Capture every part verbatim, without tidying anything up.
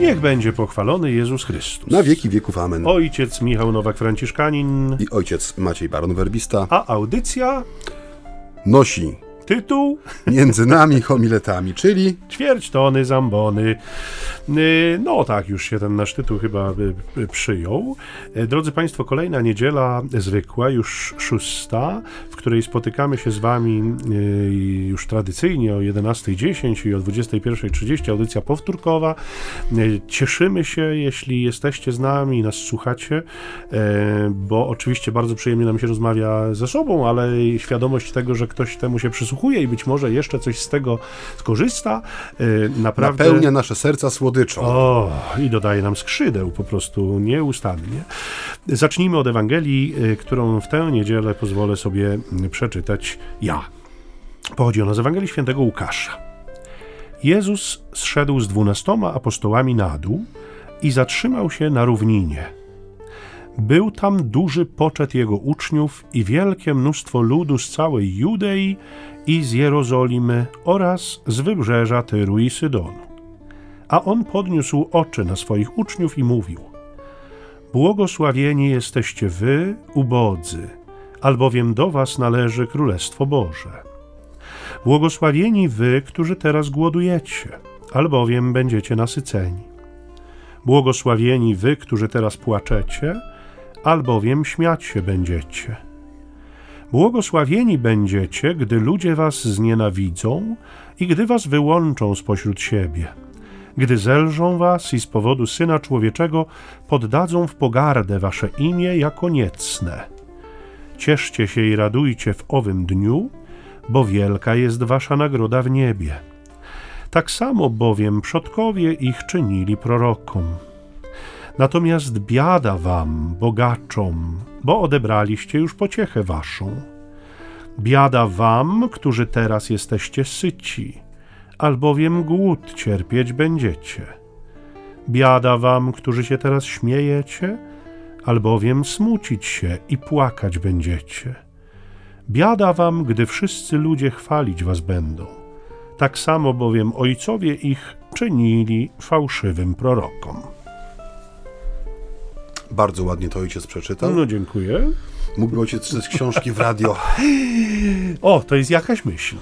Niech będzie pochwalony Jezus Chrystus. Na wieki wieków, amen. Ojciec Michał Nowak-Franciszkanin I ojciec Maciej Baron-Werbista. A audycja Nosi tytuł Między nami homiletami, czyli Ćwierć tony zambony. No tak, już się ten nasz tytuł chyba przyjął. Drodzy Państwo, kolejna niedziela zwykła, już szósta, w której spotykamy się z Wami już tradycyjnie o jedenastej dziesięć i o dwudziestej pierwszej trzydzieści, audycja powtórkowa. Cieszymy się, jeśli jesteście z nami i nas słuchacie, bo oczywiście bardzo przyjemnie nam się rozmawia ze sobą, ale świadomość tego, że ktoś temu się przysłuchuje i być może jeszcze coś z tego skorzysta, naprawdę napełnia nasze serca słodyczą. O, i dodaje nam skrzydeł po prostu nieustannie. Zacznijmy od Ewangelii, którą w tę niedzielę pozwolę sobie przeczytać ja. Pochodzi ona z Ewangelii Świętego Łukasza. Jezus zszedł z dwunastoma apostołami na dół i zatrzymał się na równinie. Był tam duży poczet jego uczniów i wielkie mnóstwo ludu z całej Judei i z Jerozolimy oraz z wybrzeża Tyru i Sydonu. A on podniósł oczy na swoich uczniów i mówił: Błogosławieni jesteście wy, ubodzy, albowiem do was należy Królestwo Boże. Błogosławieni wy, którzy teraz głodujecie, albowiem będziecie nasyceni. Błogosławieni wy, którzy teraz płaczecie, albowiem śmiać się będziecie. Błogosławieni będziecie, gdy ludzie was znienawidzą i gdy was wyłączą spośród siebie, gdy zelżą was i z powodu Syna Człowieczego poddadzą w pogardę wasze imię jako niecne. Cieszcie się i radujcie w owym dniu, bo wielka jest wasza nagroda w niebie. Tak samo bowiem przodkowie ich czynili prorokom. Natomiast biada wam, bogaczom, bo odebraliście już pociechę waszą. Biada wam, którzy teraz jesteście syci, albowiem głód cierpieć będziecie. Biada wam, którzy się teraz śmiejecie, albowiem smucić się i płakać będziecie. Biada wam, gdy wszyscy ludzie chwalić was będą. Tak samo bowiem ojcowie ich czynili fałszywym prorokom. Bardzo ładnie to ojciec przeczytał. No, dziękuję. Mógłby ojciec czytać książki w radio. O, to jest jakaś myśl.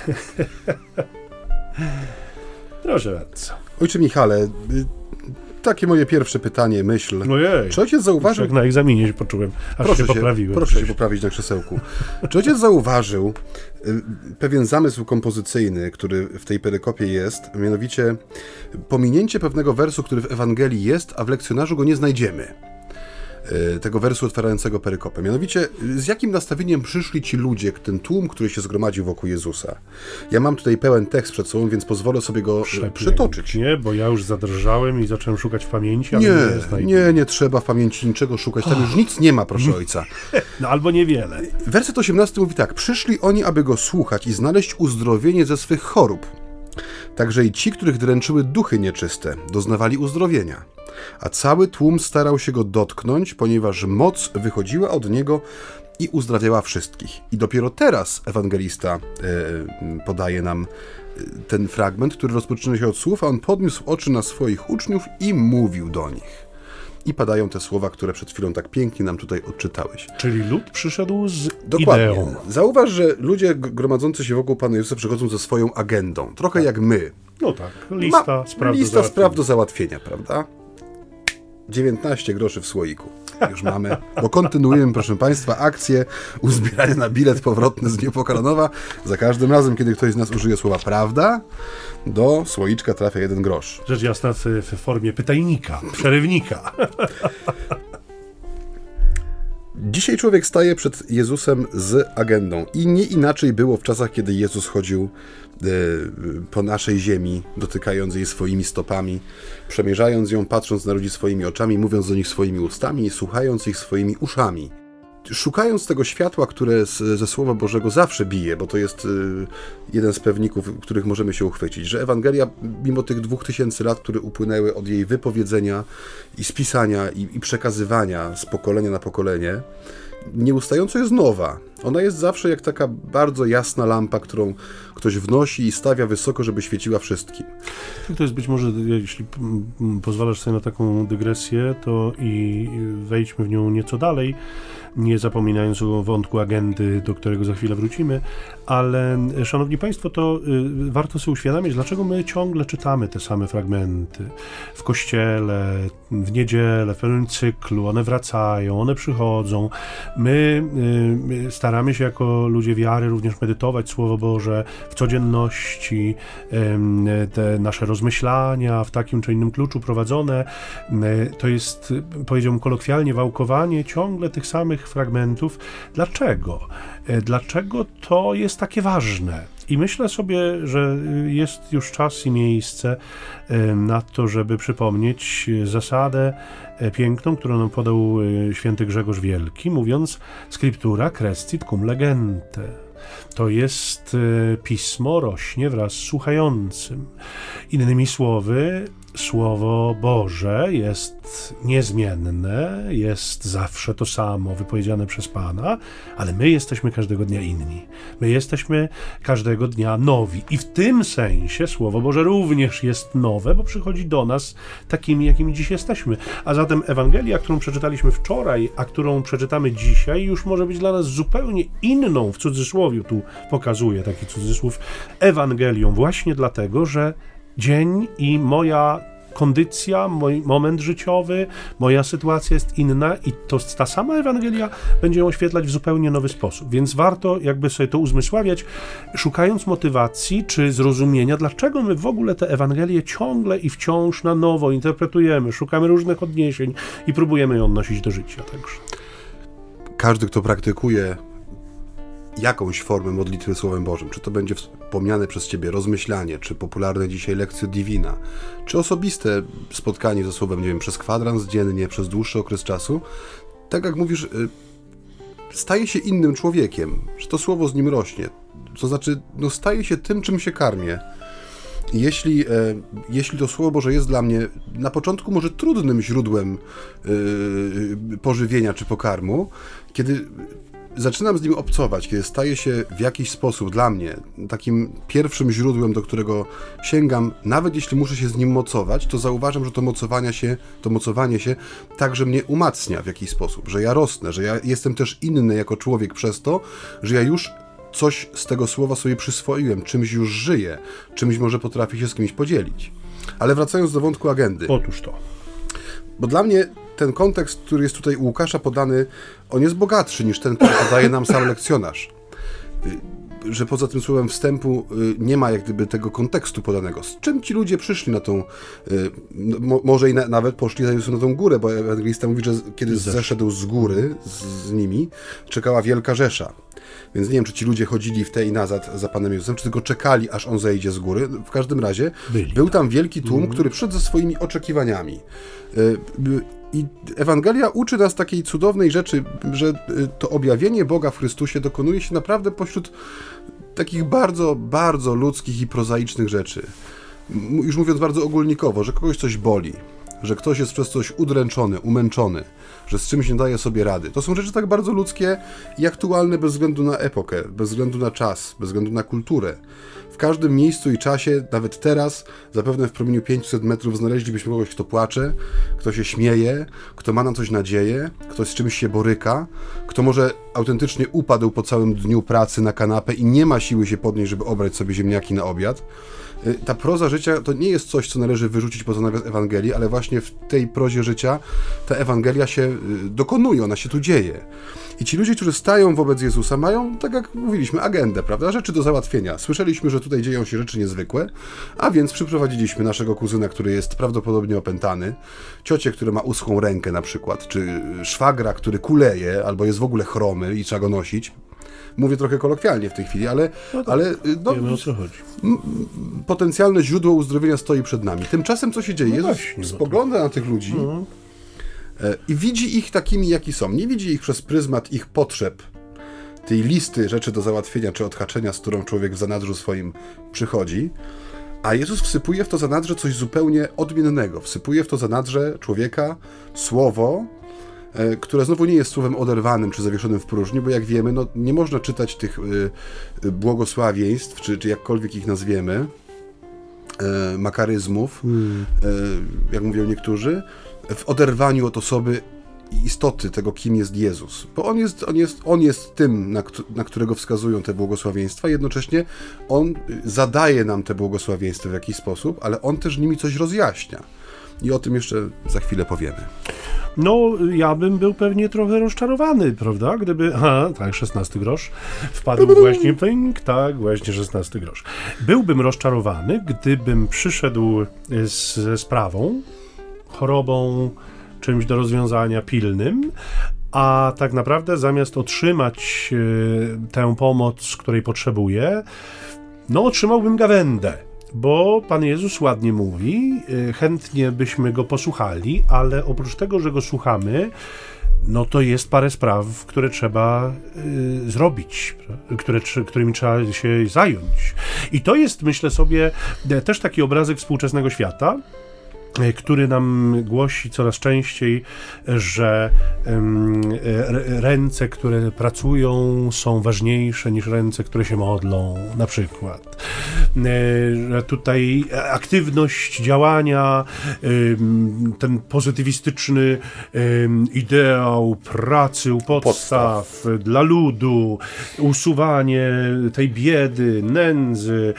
Proszę bardzo. Ojcze Michale, takie moje pierwsze pytanie, myśl. Ojej. Czy ojciec zauważył... Jak na egzaminie się poczułem, aż proszę się poprawiłem. Proszę Cześć. się poprawić na krzesełku. Czy ojciec zauważył pewien zamysł kompozycyjny, który w tej perykopie jest, mianowicie pominięcie pewnego wersu, który w Ewangelii jest, a w lekcjonarzu go nie znajdziemy. Tego wersu otwierającego perykopę. Mianowicie, z jakim nastawieniem przyszli ci ludzie, ten tłum, który się zgromadził wokół Jezusa. Ja mam tutaj pełen tekst przed sobą, więc pozwolę sobie go Przepięknie, przytoczyć. Nie, bo ja już zadrżałem i zacząłem szukać w pamięci, ale nie, nie, nie, nie trzeba w pamięci niczego szukać. Tam już nic nie ma, proszę ojca. No albo niewiele. Werset osiemnasty mówi tak. Przyszli oni, aby go słuchać i znaleźć uzdrowienie ze swych chorób. Także i ci, których dręczyły duchy nieczyste, doznawali uzdrowienia. A cały tłum starał się go dotknąć, ponieważ moc wychodziła od niego i uzdrawiała wszystkich. I dopiero teraz ewangelista e, podaje nam ten fragment, który rozpoczyna się od słów, a on podniósł oczy na swoich uczniów i mówił do nich. I padają te słowa, które przed chwilą tak pięknie nam tutaj odczytałeś. Czyli lud przyszedł z Dokładnie. ideą. Zauważ, że ludzie gromadzący się wokół Pana Jezusa przychodzą ze swoją agendą. Trochę tak. jak my. No tak, lista, Ma, spraw, lista do spraw do załatwienia, prawda? dziewiętnaście groszy w słoiku. Już mamy, bo kontynuujemy, proszę Państwa, akcję uzbierania na bilet powrotny z Niepokalanowa. Za każdym razem, kiedy ktoś z nas użyje słowa prawda, do słoiczka trafia jeden grosz. Rzecz jasna w formie pytajnika, przerywnika. Dzisiaj człowiek staje przed Jezusem z agendą i nie inaczej było w czasach, kiedy Jezus chodził po naszej ziemi, dotykając jej swoimi stopami, przemierzając ją, patrząc na ludzi swoimi oczami, mówiąc do nich swoimi ustami i słuchając ich swoimi uszami. Szukając tego światła, które z, ze Słowa Bożego zawsze bije, bo to jest y, jeden z pewników, których możemy się uchwycić, że Ewangelia, mimo tych dwóch tysięcy lat, które upłynęły od jej wypowiedzenia i spisania i, i przekazywania z pokolenia na pokolenie, nieustająco jest nowa. Ona jest zawsze jak taka bardzo jasna lampa, którą ktoś wnosi i stawia wysoko, żeby świeciła wszystkim. To jest być może, jeśli pozwalasz sobie na taką dygresję, to i wejdźmy w nią nieco dalej, nie zapominając o wątku agendy, do którego za chwilę wrócimy, ale szanowni państwo, to y, warto sobie uświadomić, dlaczego my ciągle czytamy te same fragmenty w kościele, w niedzielę, w pewnym cyklu, one wracają, one przychodzą. My y, staramy się jako ludzie wiary również medytować Słowo Boże w codzienności, y, te nasze rozmyślania w takim czy innym kluczu prowadzone. Y, to jest, powiedziałbym kolokwialnie, wałkowanie ciągle tych samych fragmentów. Dlaczego? Dlaczego to jest takie ważne? I myślę sobie, że jest już czas i miejsce na to, żeby przypomnieć zasadę piękną, którą nam podał święty Grzegorz Wielki, mówiąc scriptura crescit cum legente. To jest pismo rośnie wraz z słuchającym. Innymi słowy, Słowo Boże jest niezmienne, jest zawsze to samo wypowiedziane przez Pana, ale my jesteśmy każdego dnia inni. My jesteśmy każdego dnia nowi i w tym sensie Słowo Boże również jest nowe, bo przychodzi do nas takimi, jakimi dziś jesteśmy. A zatem Ewangelia, którą przeczytaliśmy wczoraj, a którą przeczytamy dzisiaj, już może być dla nas zupełnie inną, w cudzysłowie tu pokazuję taki cudzysłów, Ewangelią właśnie dlatego, że dzień i moja kondycja, mój moment życiowy, moja sytuacja jest inna i to ta sama Ewangelia będzie ją oświetlać w zupełnie nowy sposób. Więc warto jakby sobie to uzmysławiać, szukając motywacji czy zrozumienia, dlaczego my w ogóle tę Ewangelię ciągle i wciąż na nowo interpretujemy, szukamy różnych odniesień i próbujemy ją odnosić do życia także. Każdy, kto praktykuje jakąś formę modlitwy Słowem Bożym, czy to będzie wspomniane przez Ciebie rozmyślanie, czy popularne dzisiaj lekcje Divina, czy osobiste spotkanie ze Słowem, nie wiem, przez kwadrans dziennie, przez dłuższy okres czasu, tak jak mówisz, staje się innym człowiekiem, że to Słowo z nim rośnie, to znaczy, no staje się tym, czym się karmię. Jeśli, e, jeśli to Słowo Boże jest dla mnie na początku może trudnym źródłem e, pożywienia czy pokarmu, kiedy zaczynam z nim obcować, kiedy staje się w jakiś sposób dla mnie takim pierwszym źródłem, do którego sięgam, nawet jeśli muszę się z nim mocować, to zauważam, że to mocowanie się, to mocowanie się także mnie umacnia w jakiś sposób, że ja rosnę, że ja jestem też inny jako człowiek przez to, że ja już coś z tego słowa sobie przyswoiłem, czymś już żyję, czymś może potrafię się z kimś podzielić. Ale wracając do wątku agendy. Otóż to. Bo dla mnie ten kontekst, który jest tutaj u Łukasza podany, on jest bogatszy niż ten, który podaje nam sam lekcjonarz. Że poza tym słowem wstępu nie ma jak gdyby tego kontekstu podanego. Z czym ci ludzie przyszli na tą, no, może i na, nawet poszli za Jezusem na tą górę, bo ewangelista mówi, że kiedy zeszedł z góry z, z nimi, czekała wielka rzesza. Więc nie wiem, czy ci ludzie chodzili w te i nazad za Panem Jezusem, czy tylko czekali, aż On zejdzie z góry. W każdym razie Byli. był tam wielki tłum, mm. który przyszedł ze swoimi oczekiwaniami. I Ewangelia uczy nas takiej cudownej rzeczy, że to objawienie Boga w Chrystusie dokonuje się naprawdę pośród takich bardzo, bardzo ludzkich i prozaicznych rzeczy. Już mówiąc bardzo ogólnikowo, że kogoś coś boli, że ktoś jest przez coś udręczony, umęczony, że z czymś nie daje sobie rady. To są rzeczy tak bardzo ludzkie i aktualne bez względu na epokę, bez względu na czas, bez względu na kulturę. W każdym miejscu i czasie, nawet teraz, zapewne w promieniu pięćset metrów znaleźlibyśmy kogoś, kto płacze, kto się śmieje, kto ma na coś nadzieję, kto z czymś się boryka, kto może autentycznie upadł po całym dniu pracy na kanapę i nie ma siły się podnieść, żeby obrać sobie ziemniaki na obiad. Ta proza życia to nie jest coś, co należy wyrzucić poza nawias Ewangelii, ale właśnie w tej prozie życia ta Ewangelia się dokonuje, ona się tu dzieje. I ci ludzie, którzy stają wobec Jezusa, mają, tak jak mówiliśmy, agendę, prawda? Rzeczy do załatwienia. Słyszeliśmy, że tutaj dzieją się rzeczy niezwykłe, a więc przyprowadziliśmy naszego kuzyna, który jest prawdopodobnie opętany, ciocię, która ma uschłą rękę na przykład, czy szwagra, który kuleje, albo jest w ogóle chromy i trzeba go nosić. Mówię trochę kolokwialnie w tej chwili, ale, no tak, ale no, wiemy, o co chodzi. Potencjalne źródło uzdrowienia stoi przed nami. Tymczasem co się dzieje? No Jezus właśnie, spogląda na tych ludzi no. i widzi ich takimi, jaki są. Nie widzi ich przez pryzmat ich potrzeb, tej listy rzeczy do załatwienia czy odhaczenia, z którą człowiek w zanadrzu swoim przychodzi, a Jezus wsypuje w to zanadrze coś zupełnie odmiennego. Wsypuje w to zanadrze człowieka słowo, które znowu nie jest słowem oderwanym czy zawieszonym w próżni, bo jak wiemy, no, nie można czytać tych błogosławieństw, czy, czy jakkolwiek ich nazwiemy, makaryzmów, hmm. jak mówią niektórzy, w oderwaniu od osoby i istoty tego, kim jest Jezus. Bo On jest, on jest, on jest tym, na, na którego wskazują te błogosławieństwa, jednocześnie On zadaje nam te błogosławieństwa w jakiś sposób, ale On też nimi coś rozjaśnia. I o tym jeszcze za chwilę powiemy. No, ja bym był pewnie trochę rozczarowany, prawda? Gdyby, aha, tak, szesnasty grosz, wpadł właśnie, ping, tak, właśnie szesnasty grosz. Byłbym rozczarowany, gdybym przyszedł z, ze sprawą, chorobą, czymś do rozwiązania pilnym, a tak naprawdę zamiast otrzymać y, tę pomoc, której potrzebuję, no otrzymałbym gawędę. Bo Pan Jezus ładnie mówi, chętnie byśmy Go posłuchali, ale oprócz tego, że Go słuchamy, no to jest parę spraw, które trzeba y, zrobić, które, którymi trzeba się zająć. I to jest, myślę sobie, też taki obrazek współczesnego świata, który nam głosi coraz częściej, że um, ręce, które pracują, są ważniejsze niż ręce, które się modlą, na przykład. Że tutaj aktywność działania, um, ten pozytywistyczny um, ideał pracy u podstaw, podstaw dla ludu, usuwanie tej biedy, nędzy,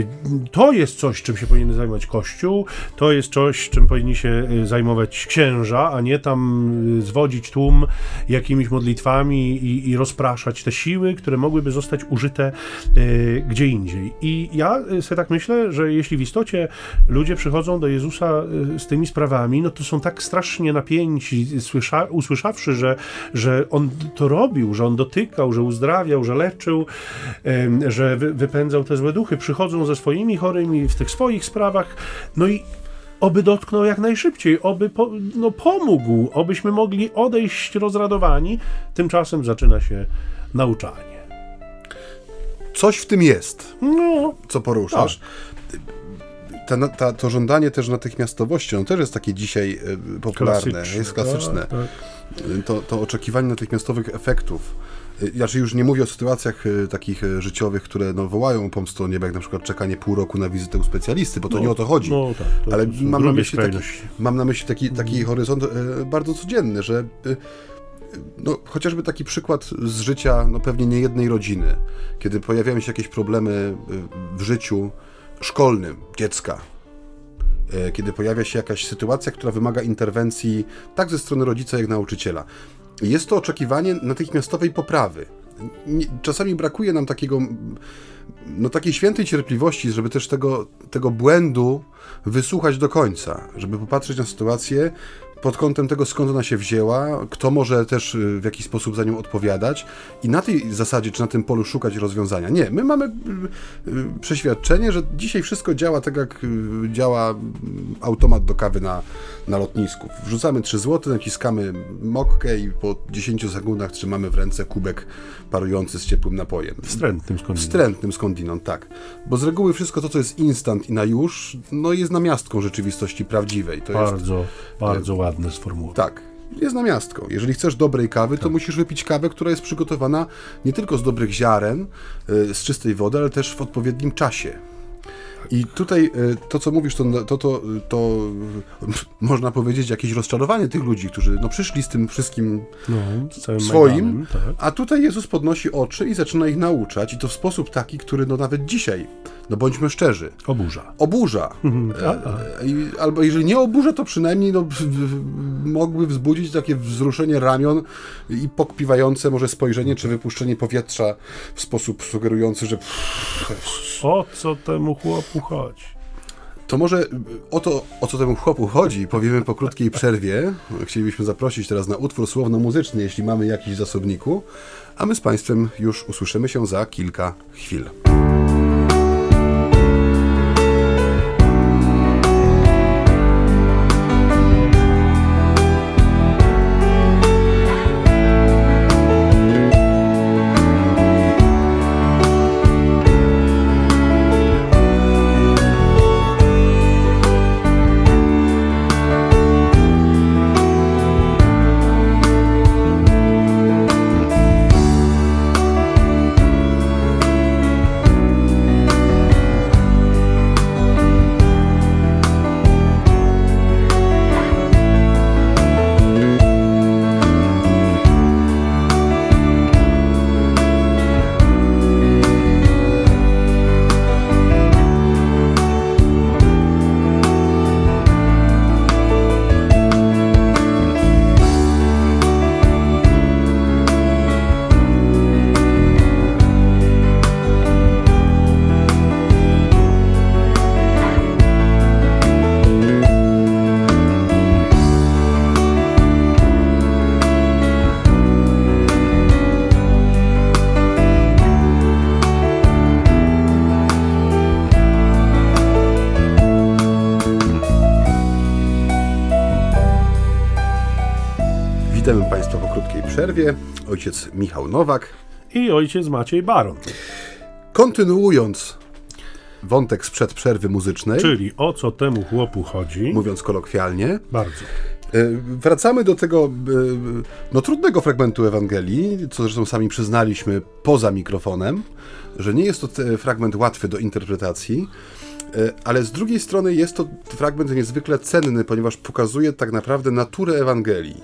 to jest coś, czym się powinien zajmować Kościół, to jest coś, czym powinni się zajmować księża, a nie tam zwodzić tłum jakimiś modlitwami i, i rozpraszać te siły, które mogłyby zostać użyte y, gdzie indziej. I ja sobie tak myślę, że jeśli w istocie ludzie przychodzą do Jezusa y, z tymi sprawami, no to są tak strasznie napięci, słysza, usłyszawszy, że, że On to robił, że On dotykał, że uzdrawiał, że leczył, y, że wy, wypędzał te złe duchy, przychodzą ze swoimi chorymi w tych swoich sprawach, no i oby dotknął jak najszybciej, oby po, no, pomógł, obyśmy mogli odejść rozradowani. Tymczasem zaczyna się nauczanie. Coś w tym jest, no, co poruszasz. Ta, ta, to żądanie też natychmiastowości, ono też jest takie dzisiaj popularne, klasyczne, jest klasyczne. Tak, tak. To, to oczekiwanie natychmiastowych efektów. Znaczy już nie mówię o sytuacjach takich życiowych, które no, wołają pomstę o nieba, jak na przykład czekanie pół roku na wizytę u specjalisty, bo to no, nie o to chodzi. No, tak, to ale mam na, myśli taki, mam na myśli taki, taki mm. horyzont e, bardzo codzienny, że e, no, chociażby taki przykład z życia no, pewnie niejednej rodziny, kiedy pojawiają się jakieś problemy w życiu szkolnym dziecka, e, kiedy pojawia się jakaś sytuacja, która wymaga interwencji tak ze strony rodzica, jak nauczyciela. Jest to oczekiwanie natychmiastowej poprawy. Czasami brakuje nam takiego, no takiej świętej cierpliwości, żeby też tego, tego błędu wysłuchać do końca, żeby popatrzeć na sytuację pod kątem tego, skąd ona się wzięła, kto może też w jakiś sposób za nią odpowiadać i na tej zasadzie, czy na tym polu szukać rozwiązania. Nie, my mamy przeświadczenie, że dzisiaj wszystko działa tak, jak działa automat do kawy na, na lotnisku. Wrzucamy trzy złote, naciskamy mokkę i po dziesięciu sekundach trzymamy w ręce kubek parujący z ciepłym napojem. Wstrętnym skądinąd. Wstrętnym skądinąd, tak. Bo z reguły wszystko to, co jest instant i na już, no jest namiastką rzeczywistości prawdziwej. To bardzo, jest, bardzo ładne sformułowanie. Tak, jest namiastką. Jeżeli chcesz dobrej kawy, to tak. musisz wypić kawę, która jest przygotowana nie tylko z dobrych ziaren, z czystej wody, ale też w odpowiednim czasie. I tutaj to, co mówisz, to, to, to, to można powiedzieć jakieś rozczarowanie tych ludzi, którzy no, przyszli z tym wszystkim no, z swoim, Majdanem, tak. A tutaj Jezus podnosi oczy i zaczyna ich nauczać i to w sposób taki, który no nawet dzisiaj, no bądźmy szczerzy, oburza. Oburza. a, a. I, albo jeżeli nie oburza, to przynajmniej no, mogły wzbudzić takie wzruszenie ramion i pokpiwające może spojrzenie, czy wypuszczenie powietrza w sposób sugerujący, że o co temu chłopu chodzi? To może o to, o co temu chłopu chodzi, powiemy po krótkiej przerwie. Chcielibyśmy zaprosić teraz na utwór słowno-muzyczny, jeśli mamy jakiś w zasobniku, a my z Państwem już usłyszymy się za kilka chwil. Państwa po krótkiej przerwie. Ojciec Michał Nowak i ojciec Maciej Baron. Kontynuując wątek sprzed przerwy muzycznej, czyli o co temu chłopu chodzi, mówiąc kolokwialnie, bardzo. Wracamy do tego no, trudnego fragmentu Ewangelii, co zresztą sami przyznaliśmy poza mikrofonem, że nie jest to fragment łatwy do interpretacji, ale z drugiej strony jest to fragment niezwykle cenny, ponieważ pokazuje tak naprawdę naturę Ewangelii.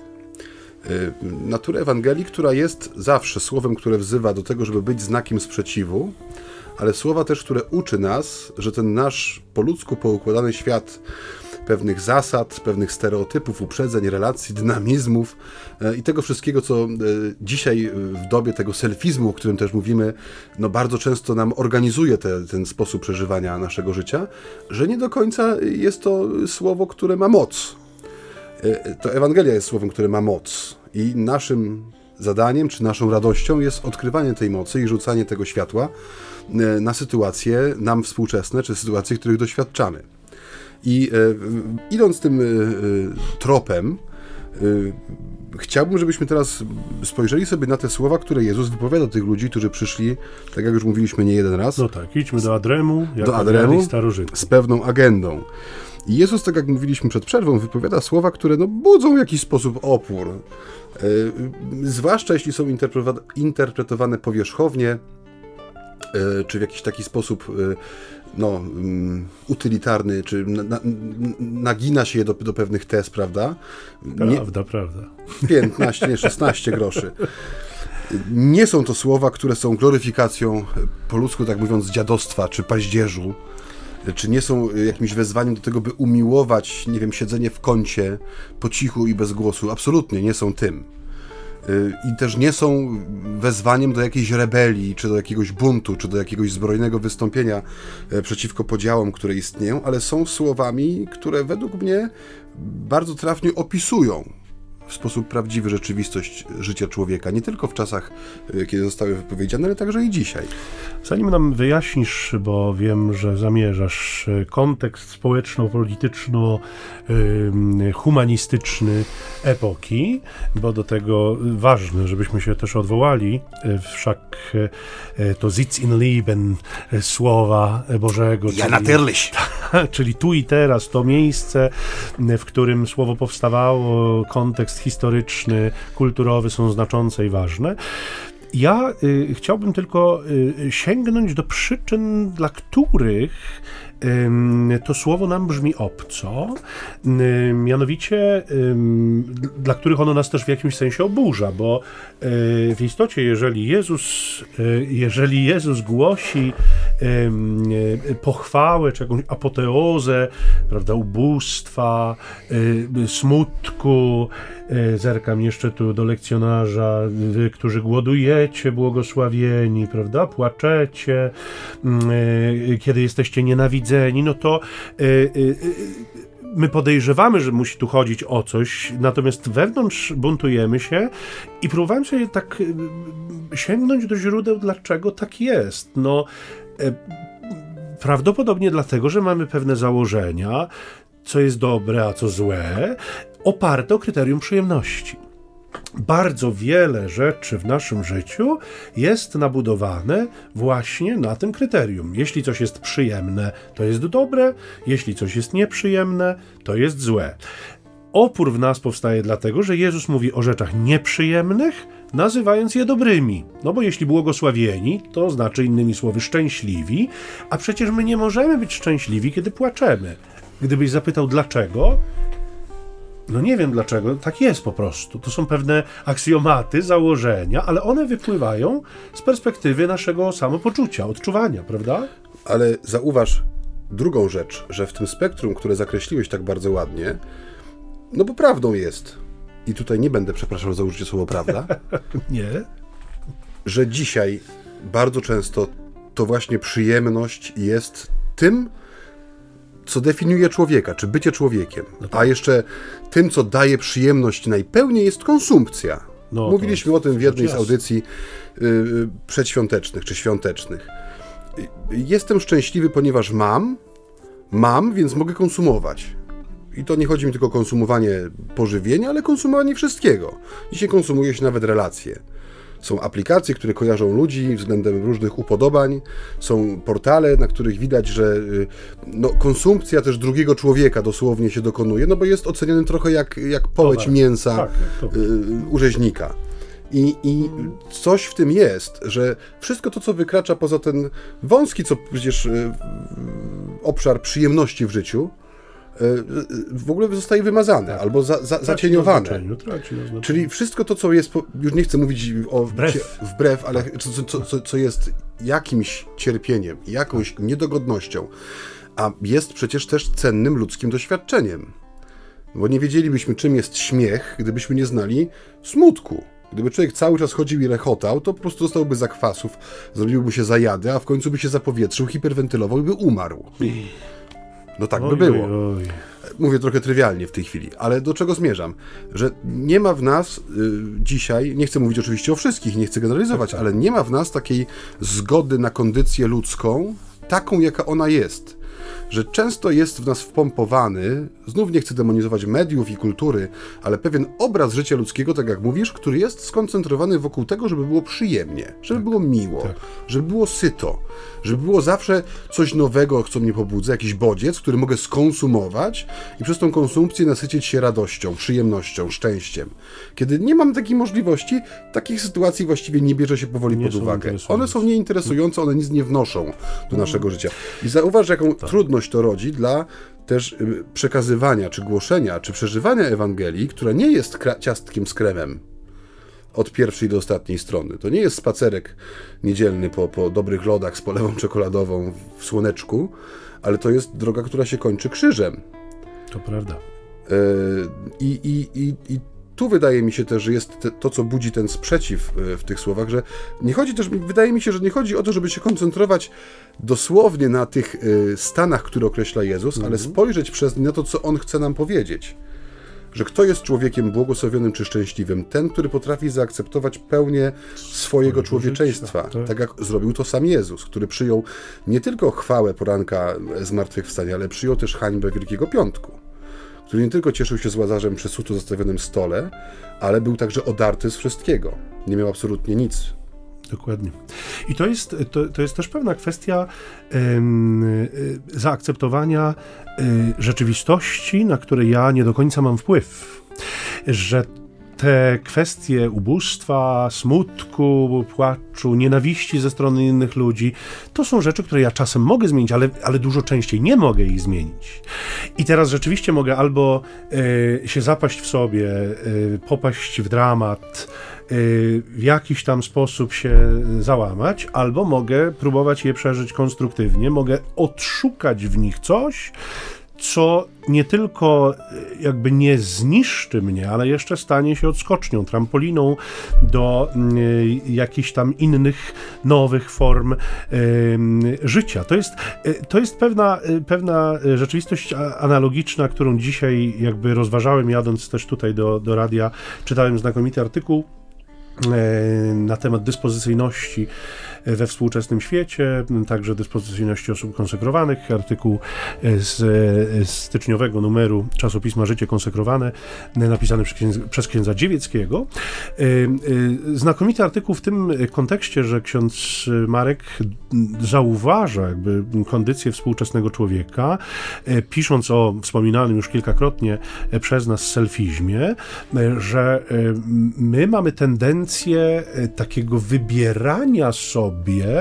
Naturę Ewangelii, która jest zawsze słowem, które wzywa do tego, żeby być znakiem sprzeciwu, ale słowa też, które uczy nas, że ten nasz po ludzku poukładany świat pewnych zasad, pewnych stereotypów, uprzedzeń, relacji, dynamizmów i tego wszystkiego, co dzisiaj w dobie tego selfizmu, o którym też mówimy, no bardzo często nam organizuje te, ten sposób przeżywania naszego życia, że nie do końca jest to słowo, które ma moc. To Ewangelia jest słowem, które ma moc i naszym zadaniem, czy naszą radością jest odkrywanie tej mocy i rzucanie tego światła na sytuacje nam współczesne, czy sytuacje, których doświadczamy. I e, idąc tym e, tropem, e, chciałbym, żebyśmy teraz spojrzeli sobie na te słowa, które Jezus wypowiada do tych ludzi, którzy przyszli, tak jak już mówiliśmy nie jeden raz. No tak, idźmy do Adremu, jak do Adremu starożytni, z pewną agendą. I Jezus, tak jak mówiliśmy przed przerwą, wypowiada słowa, które no, budzą w jakiś sposób opór. E, zwłaszcza jeśli są interpretowane, interpretowane powierzchownie, e, czy w jakiś taki sposób e, no, um, utylitarny, czy na, na, nagina się je do, do pewnych tez, prawda? Prawda, nie, prawda. piętnaście, nie, szesnaście groszy. Nie są to słowa, które są gloryfikacją, po ludzku tak mówiąc, dziadostwa, czy paździerzu, czy nie są jakimś wezwaniem do tego, by umiłować, nie wiem, siedzenie w kącie, po cichu i bez głosu. Absolutnie nie są tym. I też nie są wezwaniem do jakiejś rebelii, czy do jakiegoś buntu, czy do jakiegoś zbrojnego wystąpienia przeciwko podziałom, które istnieją, ale są słowami, które według mnie bardzo trafnie opisują w sposób prawdziwy rzeczywistość życia człowieka, nie tylko w czasach, kiedy zostały wypowiedziane, ale także i dzisiaj. Zanim nam wyjaśnisz, bo wiem, że zamierzasz, kontekst społeczno-polityczno-humanistyczny epoki, bo do tego ważne, żebyśmy się też odwołali, wszak to Sitz in Leben słowa Bożego. Ja natürlich. Czyli tu i teraz, to miejsce, w którym słowo powstawało, kontekst historyczny, kulturowy są znaczące i ważne. Ja y, chciałbym tylko y, sięgnąć do przyczyn, dla których y, to słowo nam brzmi obco, y, mianowicie y, dla których ono nas też w jakimś sensie oburza, bo y, w istocie jeżeli Jezus, y, jeżeli Jezus głosi y, y, pochwałę, czy jakąś apoteozę, prawda, ubóstwa, y, smutku, y, zerkam jeszcze tu do lekcjonarza, wy, którzy głodujecie, błogosławieni, prawda, płaczecie, y, kiedy jesteście nienawidzeni, no to y, y, my podejrzewamy, że musi tu chodzić o coś, natomiast wewnątrz buntujemy się i próbowałem sobie tak y, sięgnąć do źródeł, dlaczego tak jest. No, y, prawdopodobnie dlatego, że mamy pewne założenia, co jest dobre, a co złe, oparte o kryterium przyjemności. Bardzo wiele rzeczy w naszym życiu jest nabudowane właśnie na tym kryterium. Jeśli coś jest przyjemne, to jest dobre, jeśli coś jest nieprzyjemne, to jest złe. Opór w nas powstaje dlatego, że Jezus mówi o rzeczach nieprzyjemnych, nazywając je dobrymi. No bo jeśli błogosławieni, to znaczy innymi słowy szczęśliwi, a przecież my nie możemy być szczęśliwi, kiedy płaczemy. Gdybyś zapytał dlaczego, no nie wiem dlaczego, tak jest po prostu. To są pewne aksjomaty, założenia, ale one wypływają z perspektywy naszego samopoczucia, odczuwania, prawda? Ale zauważ drugą rzecz, że w tym spektrum, które zakreśliłeś tak bardzo ładnie, no bo prawdą jest, i tutaj nie będę przepraszał za użycie słowa prawda, nie, że dzisiaj bardzo często to właśnie przyjemność jest tym, co definiuje człowieka, czy bycie człowiekiem. No tak. A jeszcze tym, co daje przyjemność najpełniej, jest konsumpcja. No, Mówiliśmy o tym w jednej z audycji yy, przedświątecznych, czy świątecznych. Jestem szczęśliwy, ponieważ mam, mam, więc mogę konsumować. I to nie chodzi mi tylko o konsumowanie pożywienia, ale konsumowanie wszystkiego. Dzisiaj konsumuje się nawet relacje. Są aplikacje, które kojarzą ludzi względem różnych upodobań, są portale, na których widać, że no, konsumpcja też drugiego człowieka dosłownie się dokonuje, no bo jest oceniany trochę jak, jak połeć Towar. mięsa Tak, jak y, u rzeźnika. I, I coś w tym jest, że wszystko to, co wykracza poza ten wąski, co przecież y, obszar przyjemności w życiu, w ogóle zostaje wymazane, tak. albo za, za, zacieniowane. Traci na Czyli wszystko to, co jest, już nie chcę mówić o wbrew, wbrew ale co, co, co, co jest jakimś cierpieniem, jakąś niedogodnością, a jest przecież też cennym ludzkim doświadczeniem. Bo nie wiedzielibyśmy, czym jest śmiech, gdybyśmy nie znali smutku. Gdyby człowiek cały czas chodził i rechotał, to po prostu dostałby zakwasów, zrobiłby się zajady, a w końcu by się zapowietrzył, hiperwentylował i by umarł. No tak oj, by było. Oj, oj. Mówię trochę trywialnie w tej chwili, ale do czego zmierzam? Że nie ma w nas y, dzisiaj, nie chcę mówić oczywiście o wszystkich, nie chcę generalizować, tak, tak. ale nie ma w nas takiej zgody na kondycję ludzką, taką jaka ona jest. Że często jest w nas wpompowany, znów nie chcę demonizować mediów i kultury, ale pewien obraz życia ludzkiego, tak jak mówisz, który jest skoncentrowany wokół tego, żeby było przyjemnie, żeby tak, było miło, tak. żeby było syto, żeby było zawsze coś nowego, co mnie pobudza, jakiś bodziec, który mogę skonsumować i przez tą konsumpcję nasycić się radością, przyjemnością, szczęściem. Kiedy nie mam takiej możliwości, takich sytuacji właściwie nie bierze się powoli nie pod uwagę. One są nieinteresujące, one nic nie wnoszą do naszego życia. I zauważ, jaką tak. trudność to rodzi dla też przekazywania, czy głoszenia, czy przeżywania Ewangelii, która nie jest kra- ciastkiem z kremem od pierwszej do ostatniej strony. To nie jest spacerek niedzielny po, po dobrych lodach z polewą czekoladową w słoneczku, ale to jest droga, która się kończy krzyżem. To prawda. Yy, i, i, i, i tu wydaje mi się też, że jest te, to, co budzi ten sprzeciw w tych słowach, że nie chodzi też, wydaje mi się, że nie chodzi o to, żeby się koncentrować dosłownie na tych y, stanach, które określa Jezus, mm-hmm. ale spojrzeć przez nie na to, co On chce nam powiedzieć. Że kto jest człowiekiem błogosławionym czy szczęśliwym? Ten, który potrafi zaakceptować pełnię swojego człowieczeństwa. Tak. tak jak zrobił to sam Jezus, który przyjął nie tylko chwałę poranka zmartwychwstania, ale przyjął też hańbę Wielkiego Piątku. Który nie tylko cieszył się z Łazarzem przy suto zastawionym stole, ale był także odarty z wszystkiego. Nie miał absolutnie nic. Dokładnie. I to jest, to, to jest też pewna kwestia ym, y, zaakceptowania y, rzeczywistości, na które ja nie do końca mam wpływ. Że te kwestie ubóstwa, smutku, płaczu, nienawiści ze strony innych ludzi, to są rzeczy, które ja czasem mogę zmienić, ale, ale dużo częściej nie mogę ich zmienić. I teraz rzeczywiście mogę albo y, się zapaść w sobie, y, popaść w dramat, y, w jakiś tam sposób się załamać, albo mogę próbować je przeżyć konstruktywnie, mogę odszukać w nich coś, co nie tylko jakby nie zniszczy mnie, ale jeszcze stanie się odskocznią, trampoliną do y, jakichś tam innych, nowych form y, życia. To jest, y, to jest pewna, y, pewna rzeczywistość analogiczna, którą dzisiaj jakby rozważałem, jadąc też tutaj do, do radia, czytałem znakomity artykuł y, na temat dyspozycyjności we współczesnym świecie, także dyspozycyjności osób konsekrowanych, artykuł z, z styczniowego numeru czasopisma Życie konsekrowane, napisany przez księdza, przez księdza Dziewieckiego. Znakomity artykuł w tym kontekście, że ksiądz Marek zauważa jakby kondycję współczesnego człowieka, pisząc o wspominanym już kilkakrotnie przez nas selfizmie, że my mamy tendencję takiego wybierania sobie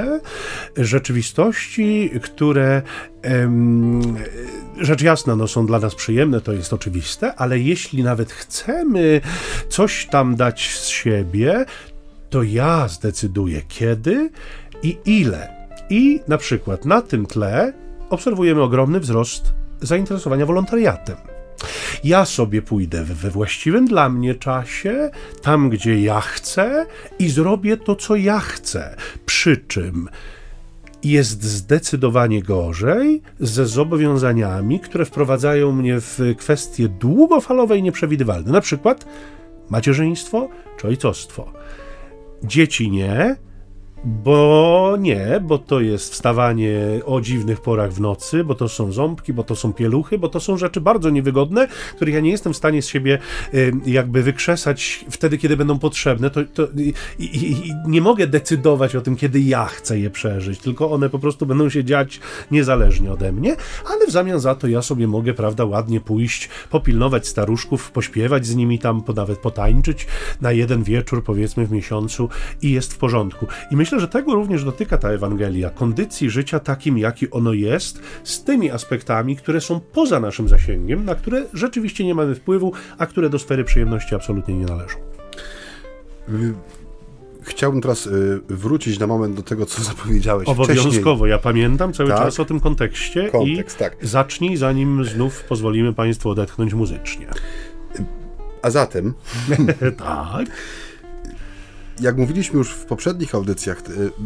rzeczywistości, które em, rzecz jasna no, są dla nas przyjemne, to jest oczywiste, ale jeśli nawet chcemy coś tam dać z siebie, to ja zdecyduję kiedy i ile. I na przykład na tym tle obserwujemy ogromny wzrost zainteresowania wolontariatem. Ja sobie pójdę we właściwym dla mnie czasie, tam gdzie ja chcę i zrobię to, co ja chcę. Przy czym jest zdecydowanie gorzej ze zobowiązaniami, które wprowadzają mnie w kwestie długofalowe i nieprzewidywalne. Na przykład macierzyństwo czy ojcostwo. Dzieci nie, Bo nie, bo to jest wstawanie o dziwnych porach w nocy, bo to są ząbki, bo to są pieluchy, bo to są rzeczy bardzo niewygodne, których ja nie jestem w stanie z siebie y, jakby wykrzesać wtedy, kiedy będą potrzebne. To, to, i, i, i nie mogę decydować o tym, kiedy ja chcę je przeżyć, tylko one po prostu będą się dziać niezależnie ode mnie, ale w zamian za to ja sobie mogę, prawda, ładnie pójść, popilnować staruszków, pośpiewać z nimi tam, nawet potańczyć na jeden wieczór, powiedzmy w miesiącu i jest w porządku. I myślę, że tego również dotyka ta Ewangelia, kondycji życia takim, jaki ono jest, z tymi aspektami, które są poza naszym zasięgiem, na które rzeczywiście nie mamy wpływu, a które do sfery przyjemności absolutnie nie należą. Chciałbym teraz y, wrócić na moment do tego, co zapowiedziałeś Obowiązkowo, wcześniej. ja pamiętam cały tak. czas o tym kontekście Kontekst, i tak. zacznij, zanim znów pozwolimy Państwu odetchnąć muzycznie. A zatem... tak. Jak mówiliśmy już w poprzednich audycjach,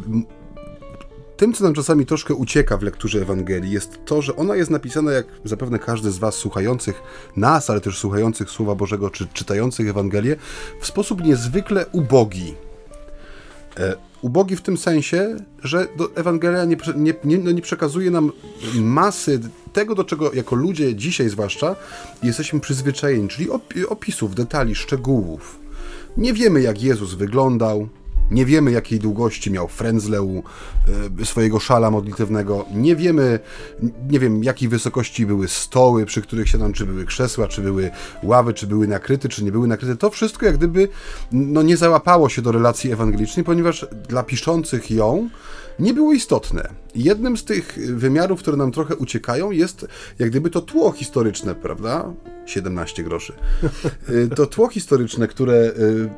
tym, co nam czasami troszkę ucieka w lekturze Ewangelii, jest to, że ona jest napisana, jak zapewne każdy z was słuchających nas, ale też słuchających Słowa Bożego, czy czytających Ewangelię, w sposób niezwykle ubogi. E, ubogi w tym sensie, że do Ewangelia nie, nie, nie, no nie przekazuje nam masy tego, do czego jako ludzie dzisiaj zwłaszcza jesteśmy przyzwyczajeni, czyli opisów, detali, szczegółów. Nie wiemy, jak Jezus wyglądał, nie wiemy, jakiej długości miał frędzle u y, swojego szala modlitewnego, nie wiemy, nie wiem, jakiej wysokości były stoły, przy których siadam, czy były krzesła, czy były ławy, czy były nakryte, czy nie były nakryte. To wszystko jak gdyby no, nie załapało się do relacji ewangelicznej, ponieważ dla piszących ją nie było istotne. Jednym z tych wymiarów, które nam trochę uciekają, jest jak gdyby to tło historyczne, prawda? siedemnaście groszy. To tło historyczne, które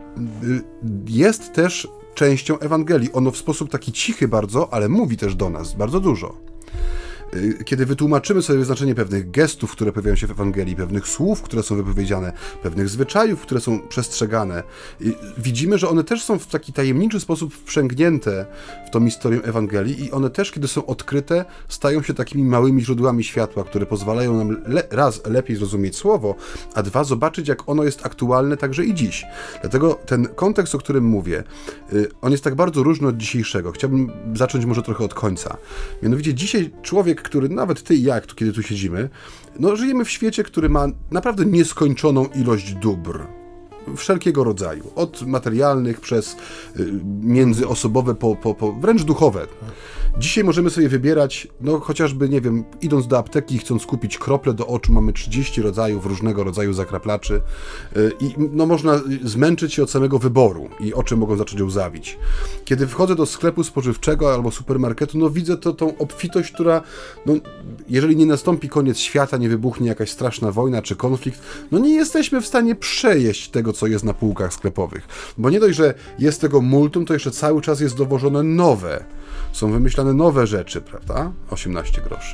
jest też częścią Ewangelii. Ono w sposób taki cichy bardzo, ale mówi też do nas bardzo dużo. Kiedy wytłumaczymy sobie znaczenie pewnych gestów, które pojawiają się w Ewangelii, pewnych słów, które są wypowiedziane, pewnych zwyczajów, które są przestrzegane, widzimy, że one też są w taki tajemniczy sposób wprzęgnięte w tą historię Ewangelii i one też, kiedy są odkryte, stają się takimi małymi źródłami światła, które pozwalają nam le- raz lepiej zrozumieć słowo, a dwa zobaczyć, jak ono jest aktualne także i dziś. Dlatego ten kontekst, o którym mówię, on jest tak bardzo różny od dzisiejszego. Chciałbym zacząć może trochę od końca. Mianowicie dzisiaj człowiek, który nawet ty i ja, kiedy tu siedzimy, no żyjemy w świecie, który ma naprawdę nieskończoną ilość dóbr. Wszelkiego rodzaju. Od materialnych przez y, międzyosobowe po, po, po wręcz duchowe. Dzisiaj możemy sobie wybierać, no chociażby, nie wiem, idąc do apteki i chcąc kupić krople do oczu, mamy trzydzieści rodzajów różnego rodzaju zakraplaczy y, i no można zmęczyć się od samego wyboru i oczy mogą zacząć łzawić. Kiedy wchodzę do sklepu spożywczego albo supermarketu, no widzę to, tą obfitość, która, no jeżeli nie nastąpi koniec świata, nie wybuchnie jakaś straszna wojna czy konflikt, no nie jesteśmy w stanie przejeść tego, co jest na półkach sklepowych. Bo nie dość, że jest tego multum, to jeszcze cały czas jest dowożone nowe. Są wymyślane nowe rzeczy, prawda? osiemnaście groszy.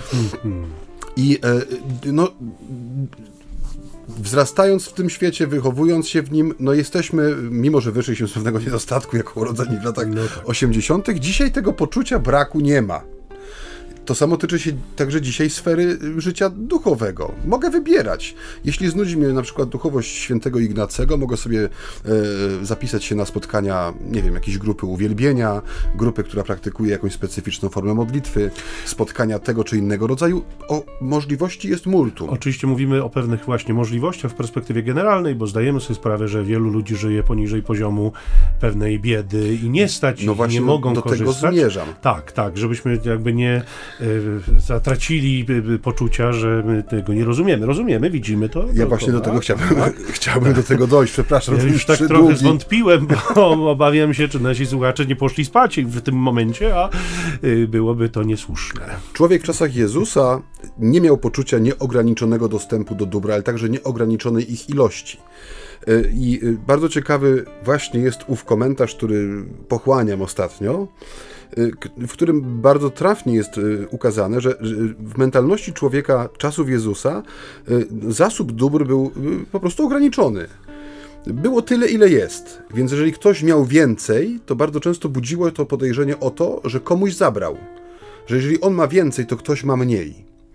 I no, wzrastając w tym świecie, wychowując się w nim, no jesteśmy, mimo że wyszliśmy z pewnego niedostatku jako urodzeni w latach osiemdziesiątych, dzisiaj tego poczucia braku nie ma. To samo tyczy się także dzisiaj sfery życia duchowego. Mogę wybierać. Jeśli znudzi mnie na przykład duchowość świętego Ignacego, mogę sobie e, zapisać się na spotkania, nie wiem, jakiejś grupy uwielbienia, grupy, która praktykuje jakąś specyficzną formę modlitwy, spotkania tego czy innego rodzaju. O możliwości jest multum. Oczywiście mówimy o pewnych właśnie możliwościach w perspektywie generalnej, bo zdajemy sobie sprawę, że wielu ludzi żyje poniżej poziomu pewnej biedy i nie stać, no i nie mogą do korzystać. Tego zmierzam. Tak, tak, żebyśmy jakby nie zatracili poczucia, że my tego nie rozumiemy. Rozumiemy, widzimy to. Ja właśnie do tego chciałbym, tak? chciałbym do tego dojść, przepraszam. Ja już tak trochę długi. zwątpiłem, bo obawiam się, czy nasi słuchacze nie poszli spać w tym momencie, a byłoby to niesłuszne. Człowiek w czasach Jezusa nie miał poczucia nieograniczonego dostępu do dóbr, ale także nieograniczonej ich ilości. I bardzo ciekawy właśnie jest ów komentarz, który pochłaniam ostatnio, w którym bardzo trafnie jest ukazane, że w mentalności człowieka czasów Jezusa zasób dóbr był po prostu ograniczony. Było tyle, ile jest, więc jeżeli ktoś miał więcej, to bardzo często budziło to podejrzenie o to, że komuś zabrał. Że jeżeli on ma więcej, to ktoś ma mniej.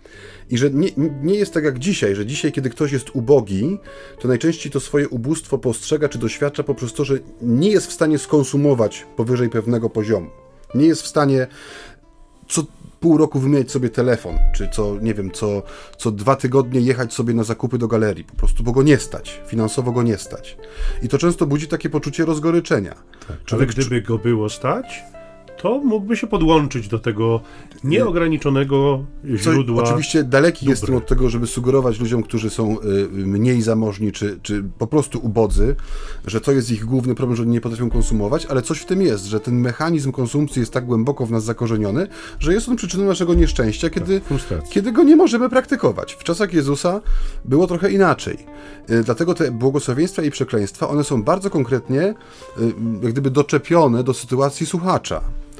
I że nie, nie jest tak jak dzisiaj, że dzisiaj, kiedy ktoś jest ubogi, to najczęściej to swoje ubóstwo postrzega czy doświadcza poprzez to, że nie jest w stanie skonsumować powyżej pewnego poziomu. Nie jest w stanie co pół roku wymieniać sobie telefon, czy co, nie wiem, co, co dwa tygodnie jechać sobie na zakupy do galerii, po prostu, bo go nie stać, finansowo go nie stać. I to często budzi takie poczucie rozgoryczenia. Tak, ale gdyby go było stać, to mógłby się podłączyć do tego nieograniczonego źródła. Co, oczywiście daleki jestem od tego, żeby sugerować ludziom, którzy są y, mniej zamożni, czy, czy po prostu ubodzy, że to jest ich główny problem, że oni nie potrafią konsumować, ale coś w tym jest, że ten mechanizm konsumpcji jest tak głęboko w nas zakorzeniony, że jest on przyczyną naszego nieszczęścia, kiedy, tak, kiedy go nie możemy praktykować. W czasach Jezusa było trochę inaczej. Y, dlatego te błogosławieństwa i przekleństwa, one są bardzo konkretnie y, jak gdyby doczepione do sytuacji słuchacza.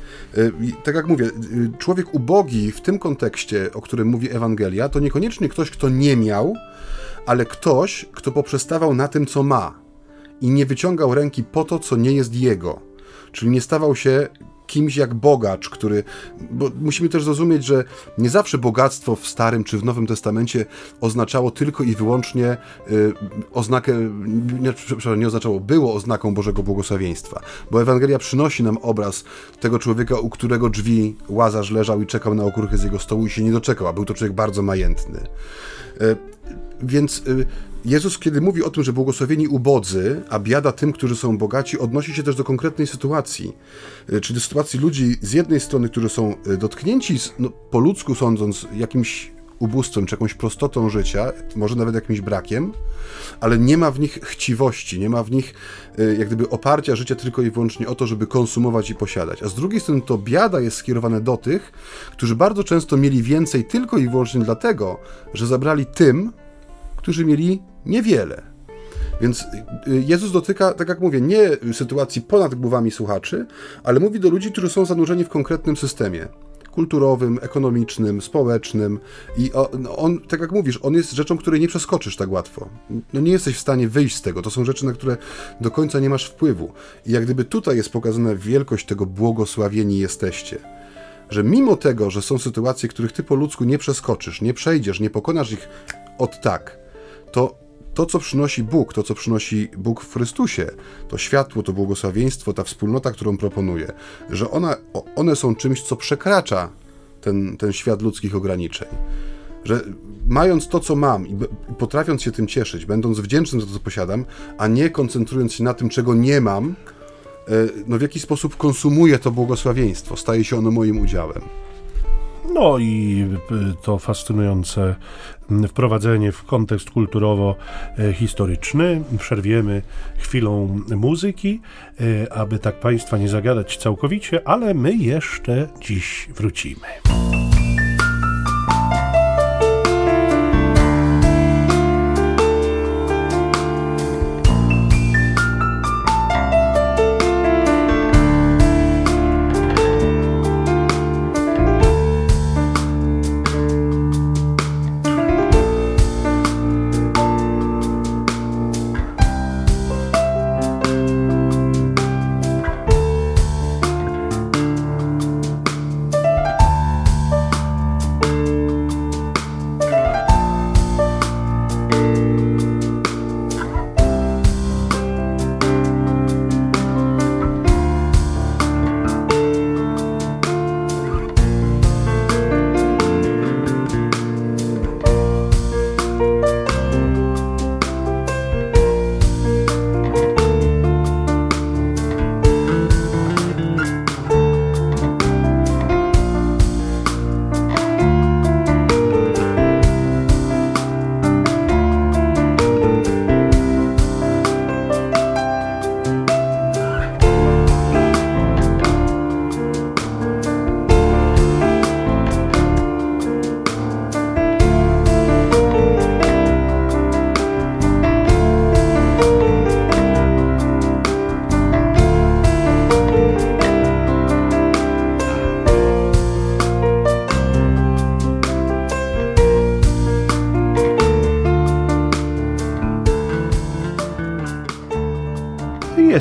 Tak jak mówię, człowiek ubogi w tym kontekście, o którym mówi Ewangelia, to niekoniecznie ktoś, kto nie miał, ale ktoś, kto poprzestawał na tym, co ma i nie wyciągał ręki po to, co nie jest jego. Czyli nie stawał się kimś jak bogacz, który... Bo musimy też zrozumieć, że nie zawsze bogactwo w Starym czy w Nowym Testamencie oznaczało tylko i wyłącznie y, oznakę... Nie, przepraszam, nie oznaczało, było oznaką Bożego błogosławieństwa. Bo Ewangelia przynosi nam obraz tego człowieka, u którego drzwi Łazarz leżał i czekał na okruchy z jego stołu i się nie doczekał, a był to człowiek bardzo majętny. Y, więc... Y, Jezus, kiedy mówi o tym, że błogosławieni ubodzy, a biada tym, którzy są bogaci, odnosi się też do konkretnej sytuacji. Czyli do sytuacji ludzi z jednej strony, którzy są dotknięci, no, po ludzku sądząc, jakimś ubóstwem, czy jakąś prostotą życia, może nawet jakimś brakiem, ale nie ma w nich chciwości, nie ma w nich jak gdyby oparcia życia tylko i wyłącznie o to, żeby konsumować i posiadać. A z drugiej strony to biada jest skierowane do tych, którzy bardzo często mieli więcej tylko i wyłącznie dlatego, że zabrali tym, którzy mieli niewiele. Więc Jezus dotyka, tak jak mówię, nie sytuacji ponad głowami słuchaczy, ale mówi do ludzi, którzy są zanurzeni w konkretnym systemie kulturowym, ekonomicznym, społecznym i on, tak jak mówisz, on jest rzeczą, której nie przeskoczysz tak łatwo. No nie jesteś w stanie wyjść z tego. To są rzeczy, na które do końca nie masz wpływu. I jak gdyby tutaj jest pokazana wielkość tego błogosławieni jesteście. Że mimo tego, że są sytuacje, których ty po ludzku nie przeskoczysz, nie przejdziesz, nie pokonasz ich od tak, to to, co przynosi Bóg, to, co przynosi Bóg w Chrystusie, to światło, to błogosławieństwo, ta wspólnota, którą proponuje, że ona, one są czymś, co przekracza ten, ten świat ludzkich ograniczeń. Że mając to, co mam i potrafiąc się tym cieszyć, będąc wdzięcznym za to, co posiadam, a nie koncentrując się na tym, czego nie mam, no w jakiś sposób konsumuję to błogosławieństwo, staje się ono moim udziałem. No i to fascynujące wprowadzenie w kontekst kulturowo-historyczny. Przerwiemy chwilą muzyki, aby tak Państwa nie zagadać całkowicie, ale my jeszcze dziś wrócimy.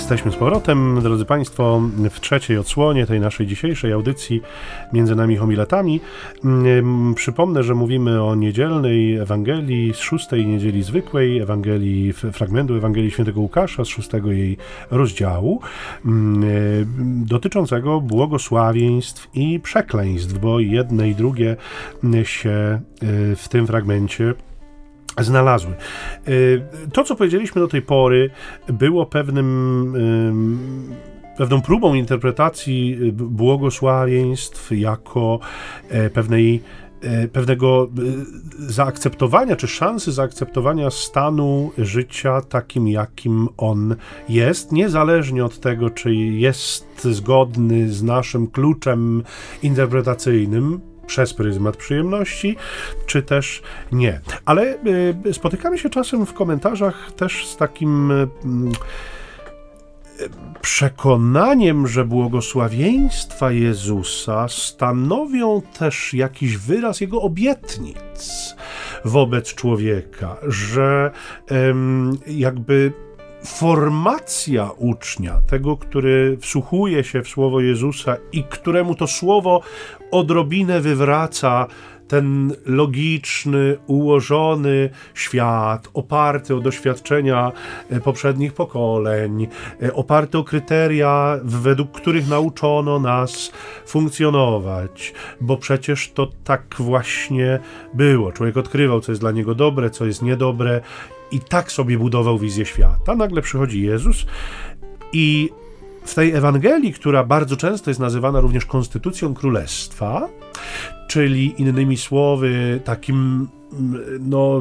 Jesteśmy z powrotem, drodzy Państwo, w trzeciej odsłonie tej naszej dzisiejszej audycji Między nami homiletami. Przypomnę, że mówimy o niedzielnej Ewangelii z szóstej niedzieli zwykłej, Ewangelii, fragmentu Ewangelii Świętego Łukasza z szóstego jej rozdziału, dotyczącego błogosławieństw i przekleństw, bo jedne i drugie się w tym fragmencie znalazły. To, co powiedzieliśmy do tej pory, było pewnym, pewną próbą interpretacji błogosławieństw jako pewnej, pewnego zaakceptowania, czy szansy zaakceptowania stanu życia takim, jakim on jest, niezależnie od tego, czy jest zgodny z naszym kluczem interpretacyjnym, przez pryzmat przyjemności, czy też nie. Ale y, spotykamy się czasem w komentarzach też z takim y, przekonaniem, że błogosławieństwa Jezusa stanowią też jakiś wyraz Jego obietnic wobec człowieka, że y, jakby formacja ucznia, tego, który wsłuchuje się w słowo Jezusa i któremu to słowo odrobinę wywraca ten logiczny, ułożony świat, oparty o doświadczenia poprzednich pokoleń, oparty o kryteria, według których nauczono nas funkcjonować, bo przecież to tak właśnie było. Człowiek odkrywał, co jest dla niego dobre, co jest niedobre, i tak sobie budował wizję świata. Nagle przychodzi Jezus i w tej Ewangelii, która bardzo często jest nazywana również konstytucją królestwa, czyli innymi słowy takim no,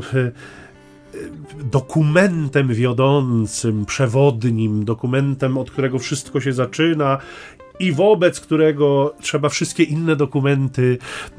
dokumentem wiodącym, przewodnim, dokumentem, od którego wszystko się zaczyna i wobec którego trzeba wszystkie inne dokumenty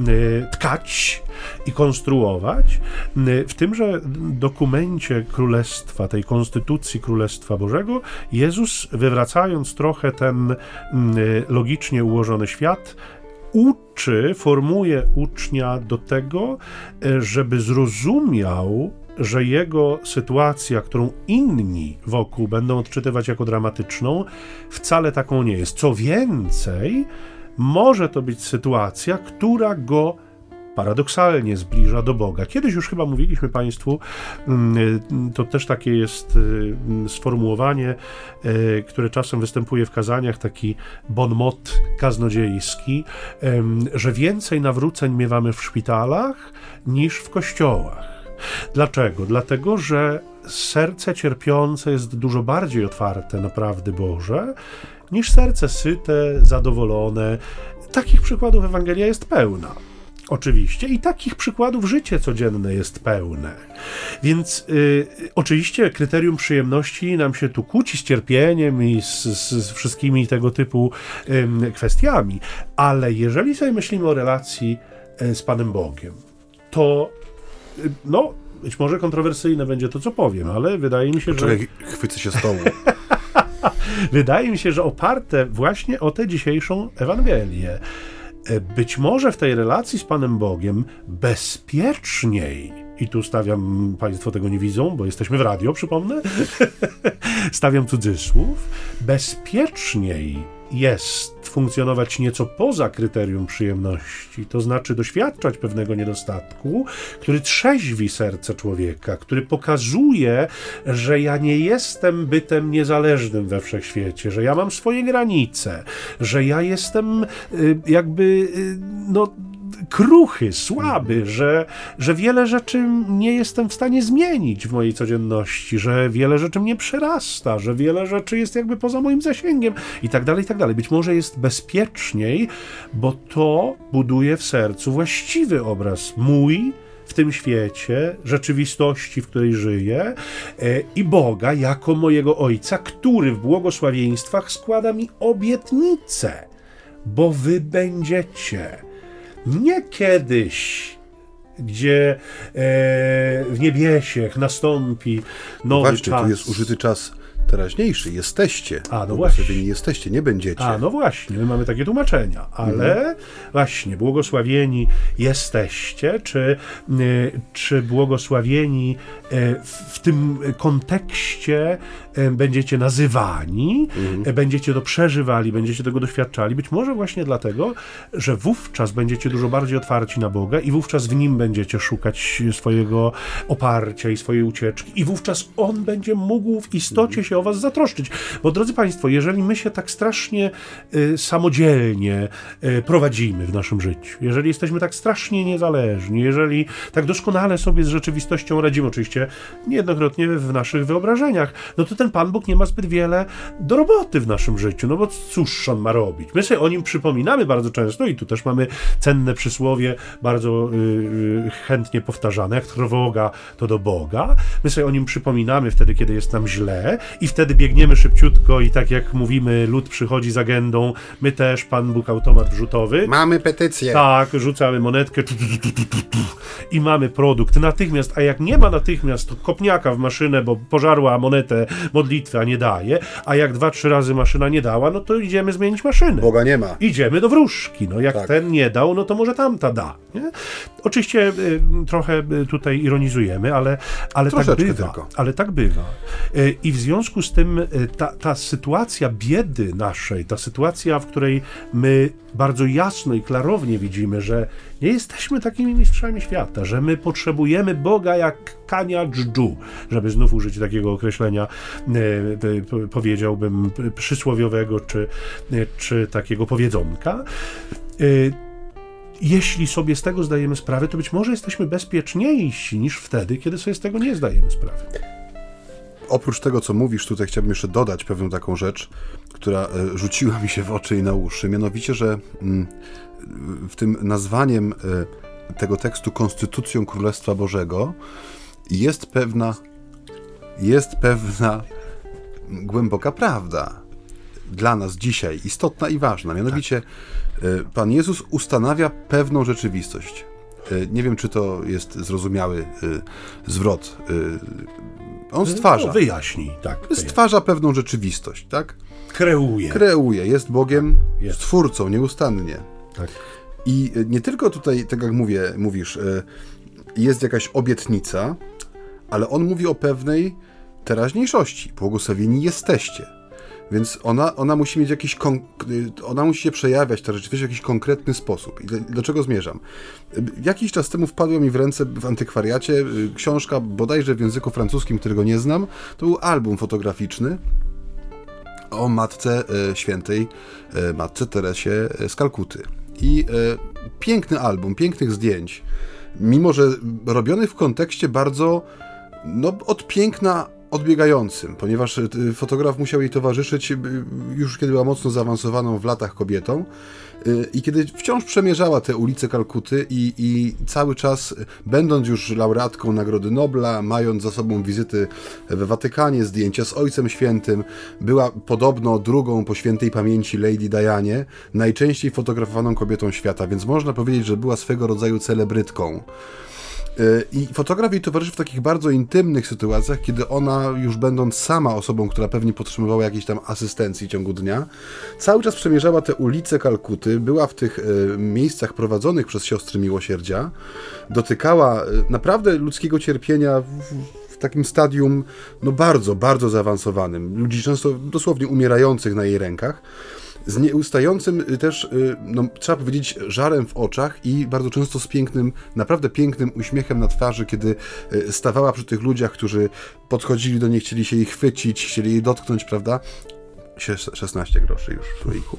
tkać i konstruować. W tymże dokumencie Królestwa, tej konstytucji Królestwa Bożego, Jezus, wywracając trochę ten logicznie ułożony świat, uczy, formuje ucznia do tego, żeby zrozumiał, że jego sytuacja, którą inni wokół będą odczytywać jako dramatyczną, wcale taką nie jest. Co więcej, może to być sytuacja, która go paradoksalnie zbliża do Boga. Kiedyś już chyba mówiliśmy Państwu, to też takie jest sformułowanie, które czasem występuje w kazaniach, taki bon mot kaznodziejski, że więcej nawróceń miewamy w szpitalach niż w kościołach. Dlaczego? Dlatego, że serce cierpiące jest dużo bardziej otwarte na prawdy Boże niż serce syte, zadowolone. Takich przykładów Ewangelia jest pełna. Oczywiście i takich przykładów życie codzienne jest pełne. Więc y, oczywiście kryterium przyjemności nam się tu kłóci z cierpieniem i z, z, z wszystkimi tego typu y, kwestiami, ale jeżeli sobie myślimy o relacji y, z Panem Bogiem, to y, no, być może kontrowersyjne będzie to, co powiem, ale wydaje mi się, Poczekaj, że... chwycę się stołu. Wydaje mi się, że oparte właśnie o tę dzisiejszą Ewangelię. Być może w tej relacji z Panem Bogiem bezpieczniej, i tu stawiam, Państwo tego nie widzą, bo jesteśmy w radio, przypomnę, stawiam cudzysłów, bezpieczniej jest funkcjonować nieco poza kryterium przyjemności, to znaczy doświadczać pewnego niedostatku, który trzeźwi serce człowieka, który pokazuje, że ja nie jestem bytem niezależnym we wszechświecie, że ja mam swoje granice, że ja jestem jakby no kruchy, słaby, że, że wiele rzeczy nie jestem w stanie zmienić w mojej codzienności, że wiele rzeczy mnie przerasta, że wiele rzeczy jest jakby poza moim zasięgiem i tak dalej, i tak dalej. Być może jest bezpieczniej, bo to buduje w sercu właściwy obraz mój w tym świecie, rzeczywistości, w której żyję, i Boga jako mojego Ojca, który w błogosławieństwach składa mi obietnicę, bo wy będziecie nie kiedyś, gdzie e, w niebiesiech nastąpi nowy Właśnie, czas. tu jest użyty czas teraźniejszy. Jesteście. A, no właśnie. Nie jesteście, nie będziecie. A, no właśnie, my mamy takie tłumaczenia, ale mhm. właśnie, błogosławieni jesteście, czy, czy błogosławieni w tym kontekście będziecie nazywani, Mhm. będziecie to przeżywali, będziecie tego doświadczali. Być może właśnie dlatego, że wówczas będziecie dużo bardziej otwarci na Boga i wówczas w Nim będziecie szukać swojego oparcia i swojej ucieczki i wówczas On będzie mógł w istocie się o was zatroszczyć. Bo drodzy Państwo, jeżeli my się tak strasznie y, samodzielnie y, prowadzimy w naszym życiu, jeżeli jesteśmy tak strasznie niezależni, jeżeli tak doskonale sobie z rzeczywistością radzimy, oczywiście niejednokrotnie w naszych wyobrażeniach, no to ten Pan Bóg nie ma zbyt wiele do roboty w naszym życiu, no bo cóż On ma robić? My sobie o Nim przypominamy bardzo często i tu też mamy cenne przysłowie, bardzo y, y, chętnie powtarzane, jak trwoga to do Boga. My sobie o Nim przypominamy wtedy, kiedy jest nam źle i wtedy biegniemy szybciutko i tak jak mówimy, lud przychodzi z agendą, my też, Pan Bóg, automat wrzutowy. Mamy petycję. Tak, rzucamy monetkę tu, tu, tu, tu, tu, tu, i mamy produkt natychmiast, a jak nie ma natychmiast, to kopniaka w maszynę, bo pożarła monetę modlitwy, a nie daje, a jak dwa, trzy razy maszyna nie dała, no to idziemy zmienić maszynę. Boga nie ma. Idziemy do wróżki, no jak Tak. ten nie dał, no to może tamta da. Nie? Oczywiście y, trochę y, tutaj ironizujemy, ale, ale tak Troszeczkę bywa. tylko. Ale tak bywa. Y, I w związku z tym y, ta, ta sytuacja biedy naszej, ta sytuacja, w której my bardzo jasno i klarownie widzimy, że nie jesteśmy takimi mistrzami świata, że my potrzebujemy Boga jak kania dżdżu, żeby znów użyć takiego określenia, y, y, powiedziałbym, przysłowiowego, czy, y, czy takiego powiedzonka. Y, Jeśli sobie z tego zdajemy sprawę, to być może jesteśmy bezpieczniejsi niż wtedy, kiedy sobie z tego nie zdajemy sprawy. Oprócz tego, co mówisz, tutaj chciałbym jeszcze dodać pewną taką rzecz, która e, rzuciła mi się w oczy i na uszy. Mianowicie, że mm, w tym nazwaniem e, tego tekstu Konstytucją Królestwa Bożego jest pewna, jest pewna głęboka prawda dla nas dzisiaj, istotna i ważna. Mianowicie e, Pan Jezus ustanawia pewną rzeczywistość. E, nie wiem, czy to jest zrozumiały e, zwrot. E, On stwarza. No, wyjaśnij, tak. Stwarza pewną rzeczywistość, tak? Kreuje. Kreuje, jest Bogiem, Jest. Stwórcą nieustannie. Tak. I nie tylko tutaj, tak jak mówię, mówisz, jest jakaś obietnica, ale on mówi o pewnej teraźniejszości. Błogosławieni jesteście. Więc ona, ona musi mieć jakiś, kon... ona musi się przejawiać, ta rzeczywistość w jakiś konkretny sposób. I do, do czego zmierzam? Jakiś czas temu wpadła mi w ręce w antykwariacie książka, bodajże w języku francuskim, którego nie znam. To był album fotograficzny o Matce Świętej, Matce Teresie z Kalkuty. I e, piękny album, pięknych zdjęć, mimo że robiony w kontekście bardzo, no, od piękna odbiegającym, ponieważ fotograf musiał jej towarzyszyć już kiedy była mocno zaawansowaną w latach kobietą i kiedy wciąż przemierzała te ulice Kalkuty i, i cały czas, będąc już laureatką Nagrody Nobla, mając za sobą wizyty we Watykanie, zdjęcia z Ojcem Świętym, była podobno drugą po świętej pamięci Lady Dianie, najczęściej fotografowaną kobietą świata, więc można powiedzieć, że była swego rodzaju celebrytką. I fotograf jej towarzyszy w takich bardzo intymnych sytuacjach, kiedy ona, już będąc sama osobą, która pewnie potrzebowała jakiejś tam asystencji w ciągu dnia, cały czas przemierzała te ulice Kalkuty, była w tych e, miejscach prowadzonych przez siostry miłosierdzia, dotykała e, naprawdę ludzkiego cierpienia w, w takim stadium no bardzo, bardzo zaawansowanym. Ludzi często dosłownie umierających na jej rękach. Z nieustającym też, no, trzeba powiedzieć, żarem w oczach i bardzo często z pięknym, naprawdę pięknym uśmiechem na twarzy, kiedy stawała przy tych ludziach, którzy podchodzili do niej, chcieli się jej chwycić, chcieli jej dotknąć, prawda? szesnaście groszy już w słoiku.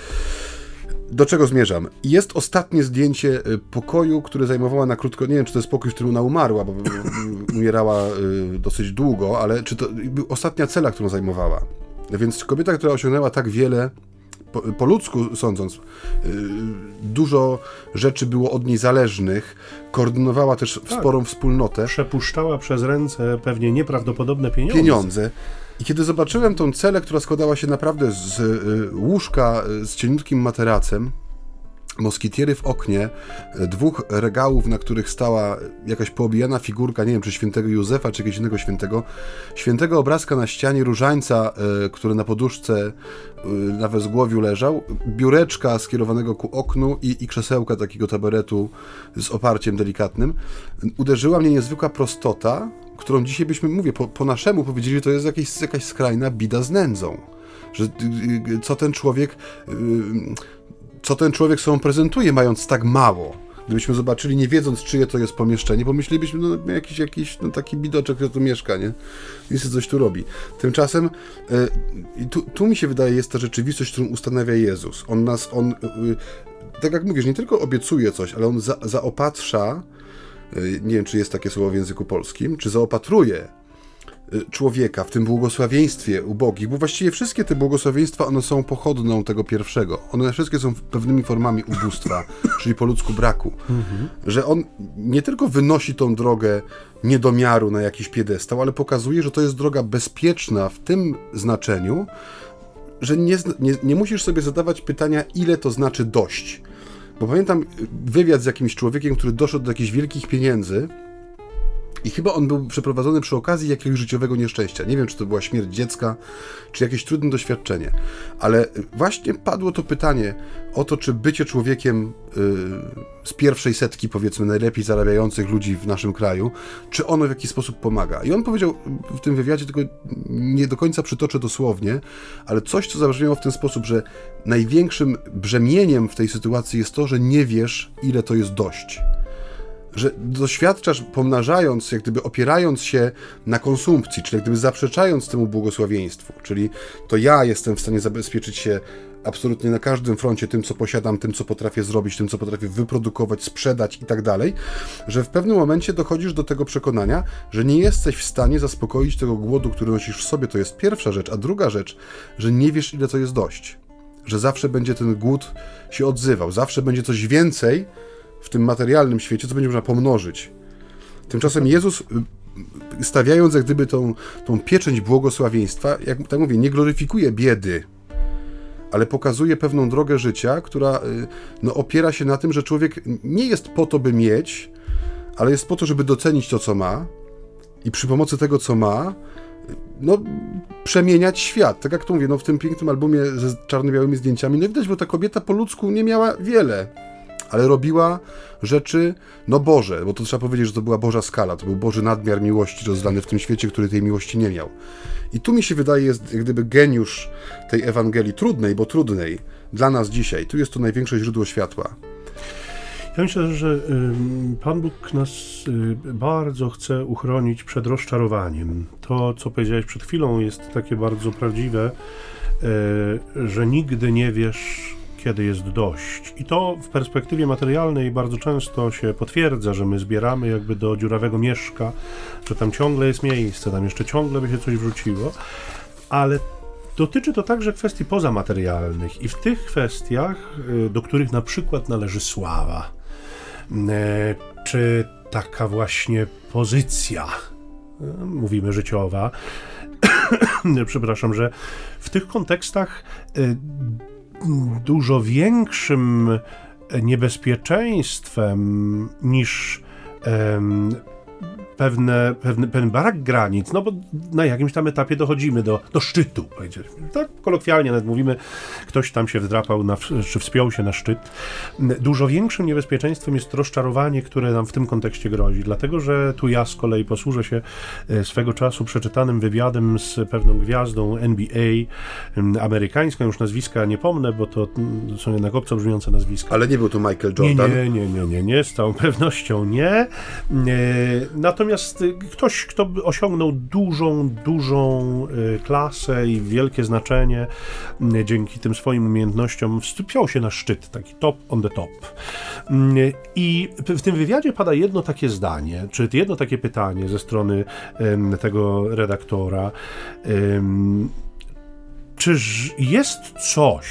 Do czego zmierzam? Jest ostatnie zdjęcie pokoju, które zajmowała na krótko, nie wiem, czy to jest pokój, w którym ona umarła, bo umierała dosyć długo, ale czy to ostatnia cela, którą zajmowała. Więc kobieta, która osiągnęła tak wiele, po, po ludzku sądząc, yy, dużo rzeczy było od niej zależnych, koordynowała też tak. sporą wspólnotę. Przepuszczała przez ręce pewnie nieprawdopodobne pieniądze. Pieniądze. I kiedy zobaczyłem tą celę, która składała się naprawdę z y, łóżka y, z cieniutkim materacem, moskitiery w oknie, dwóch regałów, na których stała jakaś poobijana figurka, nie wiem, czy świętego Józefa, czy jakiegoś innego świętego, świętego obrazka na ścianie, różańca, y, który na poduszce y, na wezgłowiu leżał, biureczka skierowanego ku oknu i, i krzesełka takiego taboretu z oparciem delikatnym. Uderzyła mnie niezwykła prostota, którą dzisiaj byśmy, mówię, po, po naszemu powiedzieli, że to jest jakieś, jakaś skrajna bida z nędzą. Że y, y, co ten człowiek... Y, co ten człowiek sobą prezentuje, mając tak mało. Gdybyśmy zobaczyli, nie wiedząc, czyje to jest pomieszczenie, pomyślelibyśmy, no jakiś, jakiś no, taki bidoczek, który tu mieszka, nie? I coś tu robi. Tymczasem y, tu, tu mi się wydaje, jest ta rzeczywistość, którą ustanawia Jezus. On nas, on, y, tak jak mówisz, nie tylko obiecuje coś, ale on za, zaopatrza, y, nie wiem, czy jest takie słowo w języku polskim, czy zaopatruje człowieka w tym błogosławieństwie ubogich, bo właściwie wszystkie te błogosławieństwa, one są pochodną tego pierwszego. One wszystkie są pewnymi formami ubóstwa, czyli po ludzku braku. Mhm. Że on nie tylko wynosi tą drogę niedomiaru na jakiś piedestał, ale pokazuje, że to jest droga bezpieczna w tym znaczeniu, że nie, nie, nie musisz sobie zadawać pytania, ile to znaczy dość. Bo pamiętam wywiad z jakimś człowiekiem, który doszedł do jakichś wielkich pieniędzy, i chyba on był przeprowadzony przy okazji jakiegoś życiowego nieszczęścia. Nie wiem, czy to była śmierć dziecka, czy jakieś trudne doświadczenie. Ale właśnie padło to pytanie o to, czy bycie człowiekiem yy, z pierwszej setki, powiedzmy, najlepiej zarabiających ludzi w naszym kraju, czy ono w jakiś sposób pomaga. I on powiedział w tym wywiadzie, tylko nie do końca przytoczę dosłownie, ale coś, co zabrzmiało w ten sposób, że największym brzemieniem w tej sytuacji jest to, że nie wiesz, ile to jest dość. Że doświadczasz, pomnażając, jak gdyby opierając się na konsumpcji, czyli jak gdyby zaprzeczając temu błogosławieństwu, czyli to ja jestem w stanie zabezpieczyć się absolutnie na każdym froncie tym, co posiadam, tym, co potrafię zrobić, tym, co potrafię wyprodukować, sprzedać i tak dalej, że w pewnym momencie dochodzisz do tego przekonania, że nie jesteś w stanie zaspokoić tego głodu, który nosisz w sobie, to jest pierwsza rzecz, a druga rzecz, że nie wiesz, ile to jest dość, że zawsze będzie ten głód się odzywał, zawsze będzie coś więcej w tym materialnym świecie, co będzie można pomnożyć. Tymczasem Jezus, stawiając jak gdyby tą, tą pieczęć błogosławieństwa, jak tak mówię, nie gloryfikuje biedy, ale pokazuje pewną drogę życia, która no, opiera się na tym, że człowiek nie jest po to, by mieć, ale jest po to, żeby docenić to, co ma i przy pomocy tego, co ma, no, przemieniać świat. Tak jak to mówię, no, w tym pięknym albumie ze czarno-białymi zdjęciami, no widać, bo ta kobieta po ludzku nie miała wiele, ale robiła rzeczy, no Boże, bo to trzeba powiedzieć, że to była Boża skala, to był Boży nadmiar miłości rozdany w tym świecie, który tej miłości nie miał. I tu mi się wydaje, jest jak gdyby geniusz tej Ewangelii, trudnej, bo trudnej, dla nas dzisiaj. Tu jest to największe źródło światła. Ja myślę, że Pan Bóg nas bardzo chce uchronić przed rozczarowaniem. To, co powiedziałeś przed chwilą, jest takie bardzo prawdziwe, że nigdy nie wiesz, kiedy jest dość. I to w perspektywie materialnej bardzo często się potwierdza, że my zbieramy jakby do dziurawego mieszka, że tam ciągle jest miejsce, tam jeszcze ciągle by się coś wrzuciło, ale dotyczy to także kwestii pozamaterialnych i w tych kwestiach, do których na przykład należy sława, czy taka właśnie pozycja, mówimy życiowa, przepraszam, że w tych kontekstach dużo większym niebezpieczeństwem niż um, pewne, pewne, pewien brak granic, no bo na jakimś tam etapie dochodzimy do, do szczytu, tak kolokwialnie nawet mówimy, ktoś tam się wdrapał, na, czy wspiął się na szczyt. Dużo większym niebezpieczeństwem jest rozczarowanie, które nam w tym kontekście grozi, dlatego, że tu ja z kolei posłużę się swego czasu przeczytanym wywiadem z pewną gwiazdą N B A amerykańską, już nazwiska nie pomnę, bo to są jednak obco brzmiące nazwiska. Ale nie był to Michael Jordan? Nie, nie, nie, nie, nie, z całą pewnością nie. Natomiast Natomiast ktoś, kto osiągnął dużą, dużą klasę i wielkie znaczenie dzięki tym swoim umiejętnościom, wspiął się na szczyt, taki top on the top. I w tym wywiadzie pada jedno takie zdanie, czy jedno takie pytanie ze strony tego redaktora. Czyż jest coś,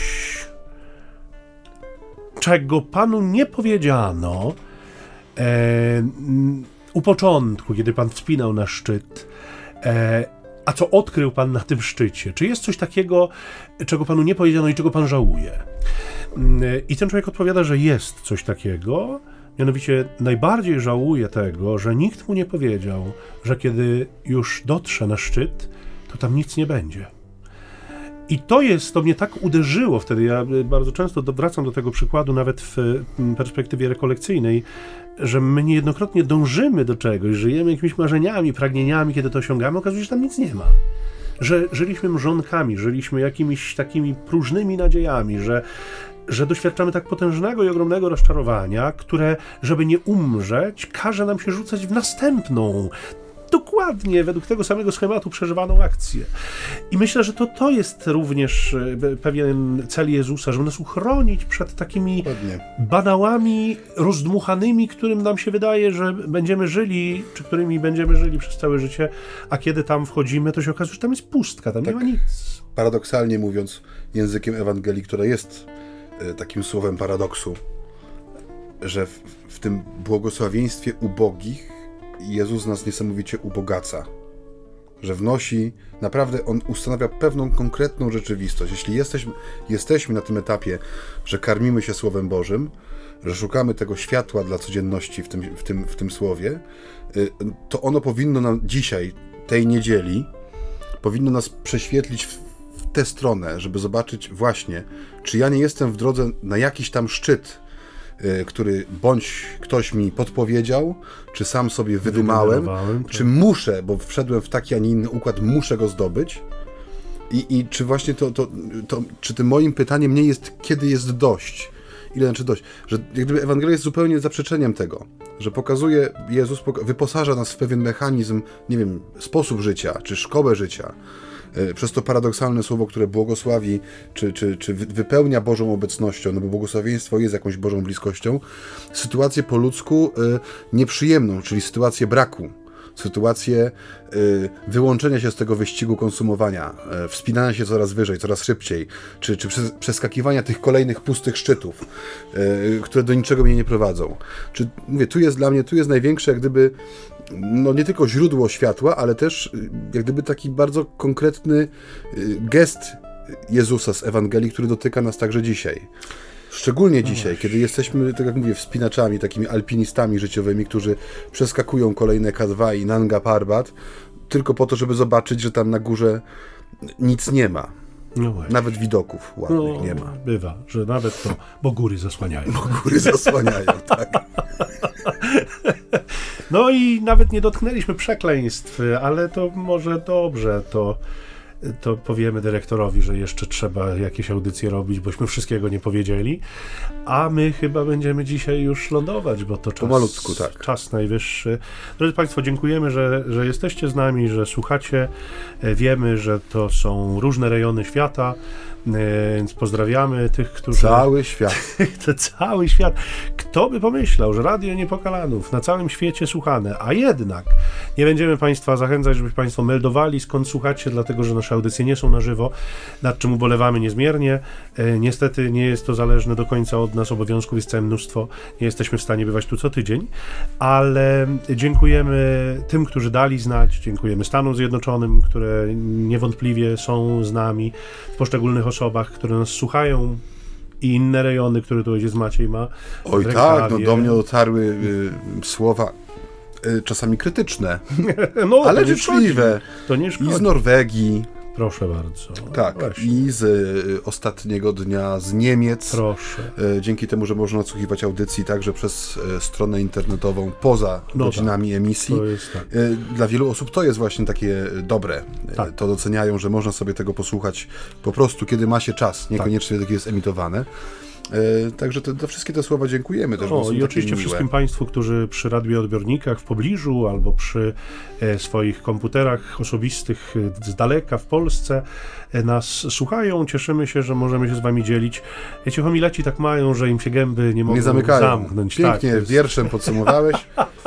czego panu nie powiedziano e, u początku, kiedy pan wspinał na szczyt, e, a co odkrył pan na tym szczycie? Czy jest coś takiego, czego panu nie powiedziano i czego pan żałuje? I ten człowiek odpowiada, że jest coś takiego, mianowicie najbardziej żałuje tego, że nikt mu nie powiedział, że kiedy już dotrze na szczyt, to tam nic nie będzie. I to jest, to mnie tak uderzyło wtedy, ja bardzo często wracam do tego przykładu nawet w perspektywie rekolekcyjnej, że my niejednokrotnie dążymy do czegoś, żyjemy jakimiś marzeniami, pragnieniami, kiedy to osiągamy, okazuje się, że tam nic nie ma. Że żyliśmy mrzonkami, żyliśmy jakimiś takimi próżnymi nadziejami, że, że doświadczamy tak potężnego i ogromnego rozczarowania, które, żeby nie umrzeć, każe nam się rzucać w następną, dokładnie według tego samego schematu przeżywaną akcję. I myślę, że to, to jest również pewien cel Jezusa, żeby nas uchronić przed takimi Ładnie. banałami, rozdmuchanymi, którym nam się wydaje, że będziemy żyli, czy którymi będziemy żyli przez całe życie, a kiedy tam wchodzimy, to się okazuje, że tam jest pustka, tam tak, nie ma nic. Paradoksalnie mówiąc, językiem Ewangelii, która jest y, takim słowem paradoksu, że w, w tym błogosławieństwie ubogich Jezus nas niesamowicie ubogaca, że wnosi, naprawdę On ustanawia pewną konkretną rzeczywistość. Jeśli jesteśmy, jesteśmy na tym etapie, że karmimy się Słowem Bożym, że szukamy tego światła dla codzienności w tym, w tym, w tym Słowie, to ono powinno nam dzisiaj, tej niedzieli, powinno nas prześwietlić w, w tę stronę, żeby zobaczyć właśnie, czy ja nie jestem w drodze na jakiś tam szczyt, który bądź ktoś mi podpowiedział, czy sam sobie wydumałem, czy muszę, bo wszedłem w taki, a nie inny układ, muszę go zdobyć. I, i czy właśnie to, to, to, czy tym moim pytaniem nie jest, kiedy jest dość? Ile znaczy dość? Że jak gdyby Ewangelia jest zupełnie zaprzeczeniem tego, że pokazuje, Jezus wyposaża nas w pewien mechanizm, nie wiem, sposób życia, czy szkołę życia, przez to paradoksalne słowo, które błogosławi, czy, czy, czy wypełnia Bożą obecnością, no bo błogosławieństwo jest jakąś Bożą bliskością, sytuację po ludzku y, nieprzyjemną, czyli sytuację braku, sytuację y, wyłączenia się z tego wyścigu konsumowania, y, wspinania się coraz wyżej, coraz szybciej, czy, czy przez, przeskakiwania tych kolejnych pustych szczytów, y, które do niczego mnie nie prowadzą. Czy, mówię, tu jest dla mnie, tu jest największe jak gdyby no nie tylko źródło światła, ale też jak gdyby taki bardzo konkretny gest Jezusa z Ewangelii, który dotyka nas także dzisiaj. Szczególnie dzisiaj, kiedy jesteśmy, tak jak mówię, wspinaczami, takimi alpinistami życiowymi, którzy przeskakują kolejne K dwa i Nanga Parbat, tylko po to, żeby zobaczyć, że tam na górze nic nie ma. No nawet widoków ładnych no, nie ma. Bywa, że nawet to, bo góry zasłaniają. Bo góry zasłaniają, tak. No i nawet nie dotknęliśmy przekleństw, ale to może dobrze, to, to powiemy dyrektorowi, że jeszcze trzeba jakieś audycje robić, bośmy wszystkiego nie powiedzieli, a my chyba będziemy dzisiaj już lądować, bo to czas, pomalutku, tak. czas najwyższy. Drodzy Państwo, dziękujemy, że, że jesteście z nami, że słuchacie. Wiemy, że to są różne rejony świata, więc pozdrawiamy tych, którzy... Cały świat. To cały świat. Kto by pomyślał, że Radio Niepokalanów na całym świecie słuchane, a jednak nie będziemy Państwa zachęcać, żeby Państwo meldowali, skąd słuchacie, dlatego, że nasze audycje nie są na żywo, nad czym ubolewamy niezmiernie. E, niestety nie jest to zależne do końca od nas, obowiązków jest całe mnóstwo, nie jesteśmy w stanie bywać tu co tydzień, ale dziękujemy tym, którzy dali znać, dziękujemy Stanom Zjednoczonym, które niewątpliwie są z nami w poszczególnych osobach, które nas słuchają, i inne rejony, które tu ojciec Maciej ma. Oj tak, no do mnie dotarły y, słowa y, czasami krytyczne, no, ale życzliwe. To nie szkodzi. I z Norwegii. Proszę bardzo. Tak, właśnie. I z y, ostatniego dnia z Niemiec. Proszę. Y, dzięki temu, że można odsłuchiwać audycji także przez y, stronę internetową poza no godzinami tak. emisji. To jest tak. y, dla wielu osób to jest właśnie takie dobre. Tak. Y, to doceniają, że można sobie tego posłuchać po prostu, kiedy ma się czas, niekoniecznie tak. kiedy jest emitowane. E, także te, te wszystkie te słowa dziękujemy też. O, i oczywiście miłe. Wszystkim Państwu, którzy przy radioodbiornikach w pobliżu albo przy e, swoich komputerach osobistych e, z daleka w Polsce e, nas słuchają. Cieszymy się, że możemy się z Wami dzielić. Wiecie, homileci tak mają, że im się gęby nie mogą nie zamykają. zamknąć. Pięknie tak, jest... wierszem podsumowałeś.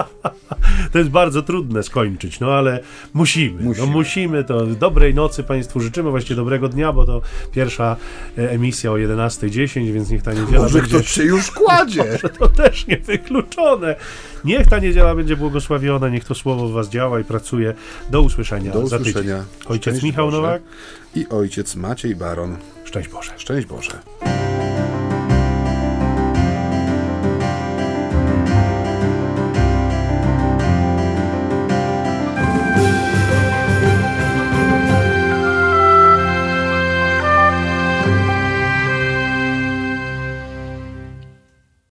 To jest bardzo trudne skończyć, no ale musimy. Musimy. No musimy to. Dobrej nocy Państwu życzymy, właściwie dobrego dnia, bo to pierwsza emisja o jedenasta dziesięć, więc niech ta niedziela Może będzie... ktoś się już kładzie. Może to też niewykluczone. Niech ta niedziela będzie błogosławiona, niech to słowo w Was działa i pracuje. Do usłyszenia. Do za usłyszenia. Ojciec Szczęść Michał Boże. Nowak I ojciec Maciej Baron. Szczęść Boże. Szczęść Boże.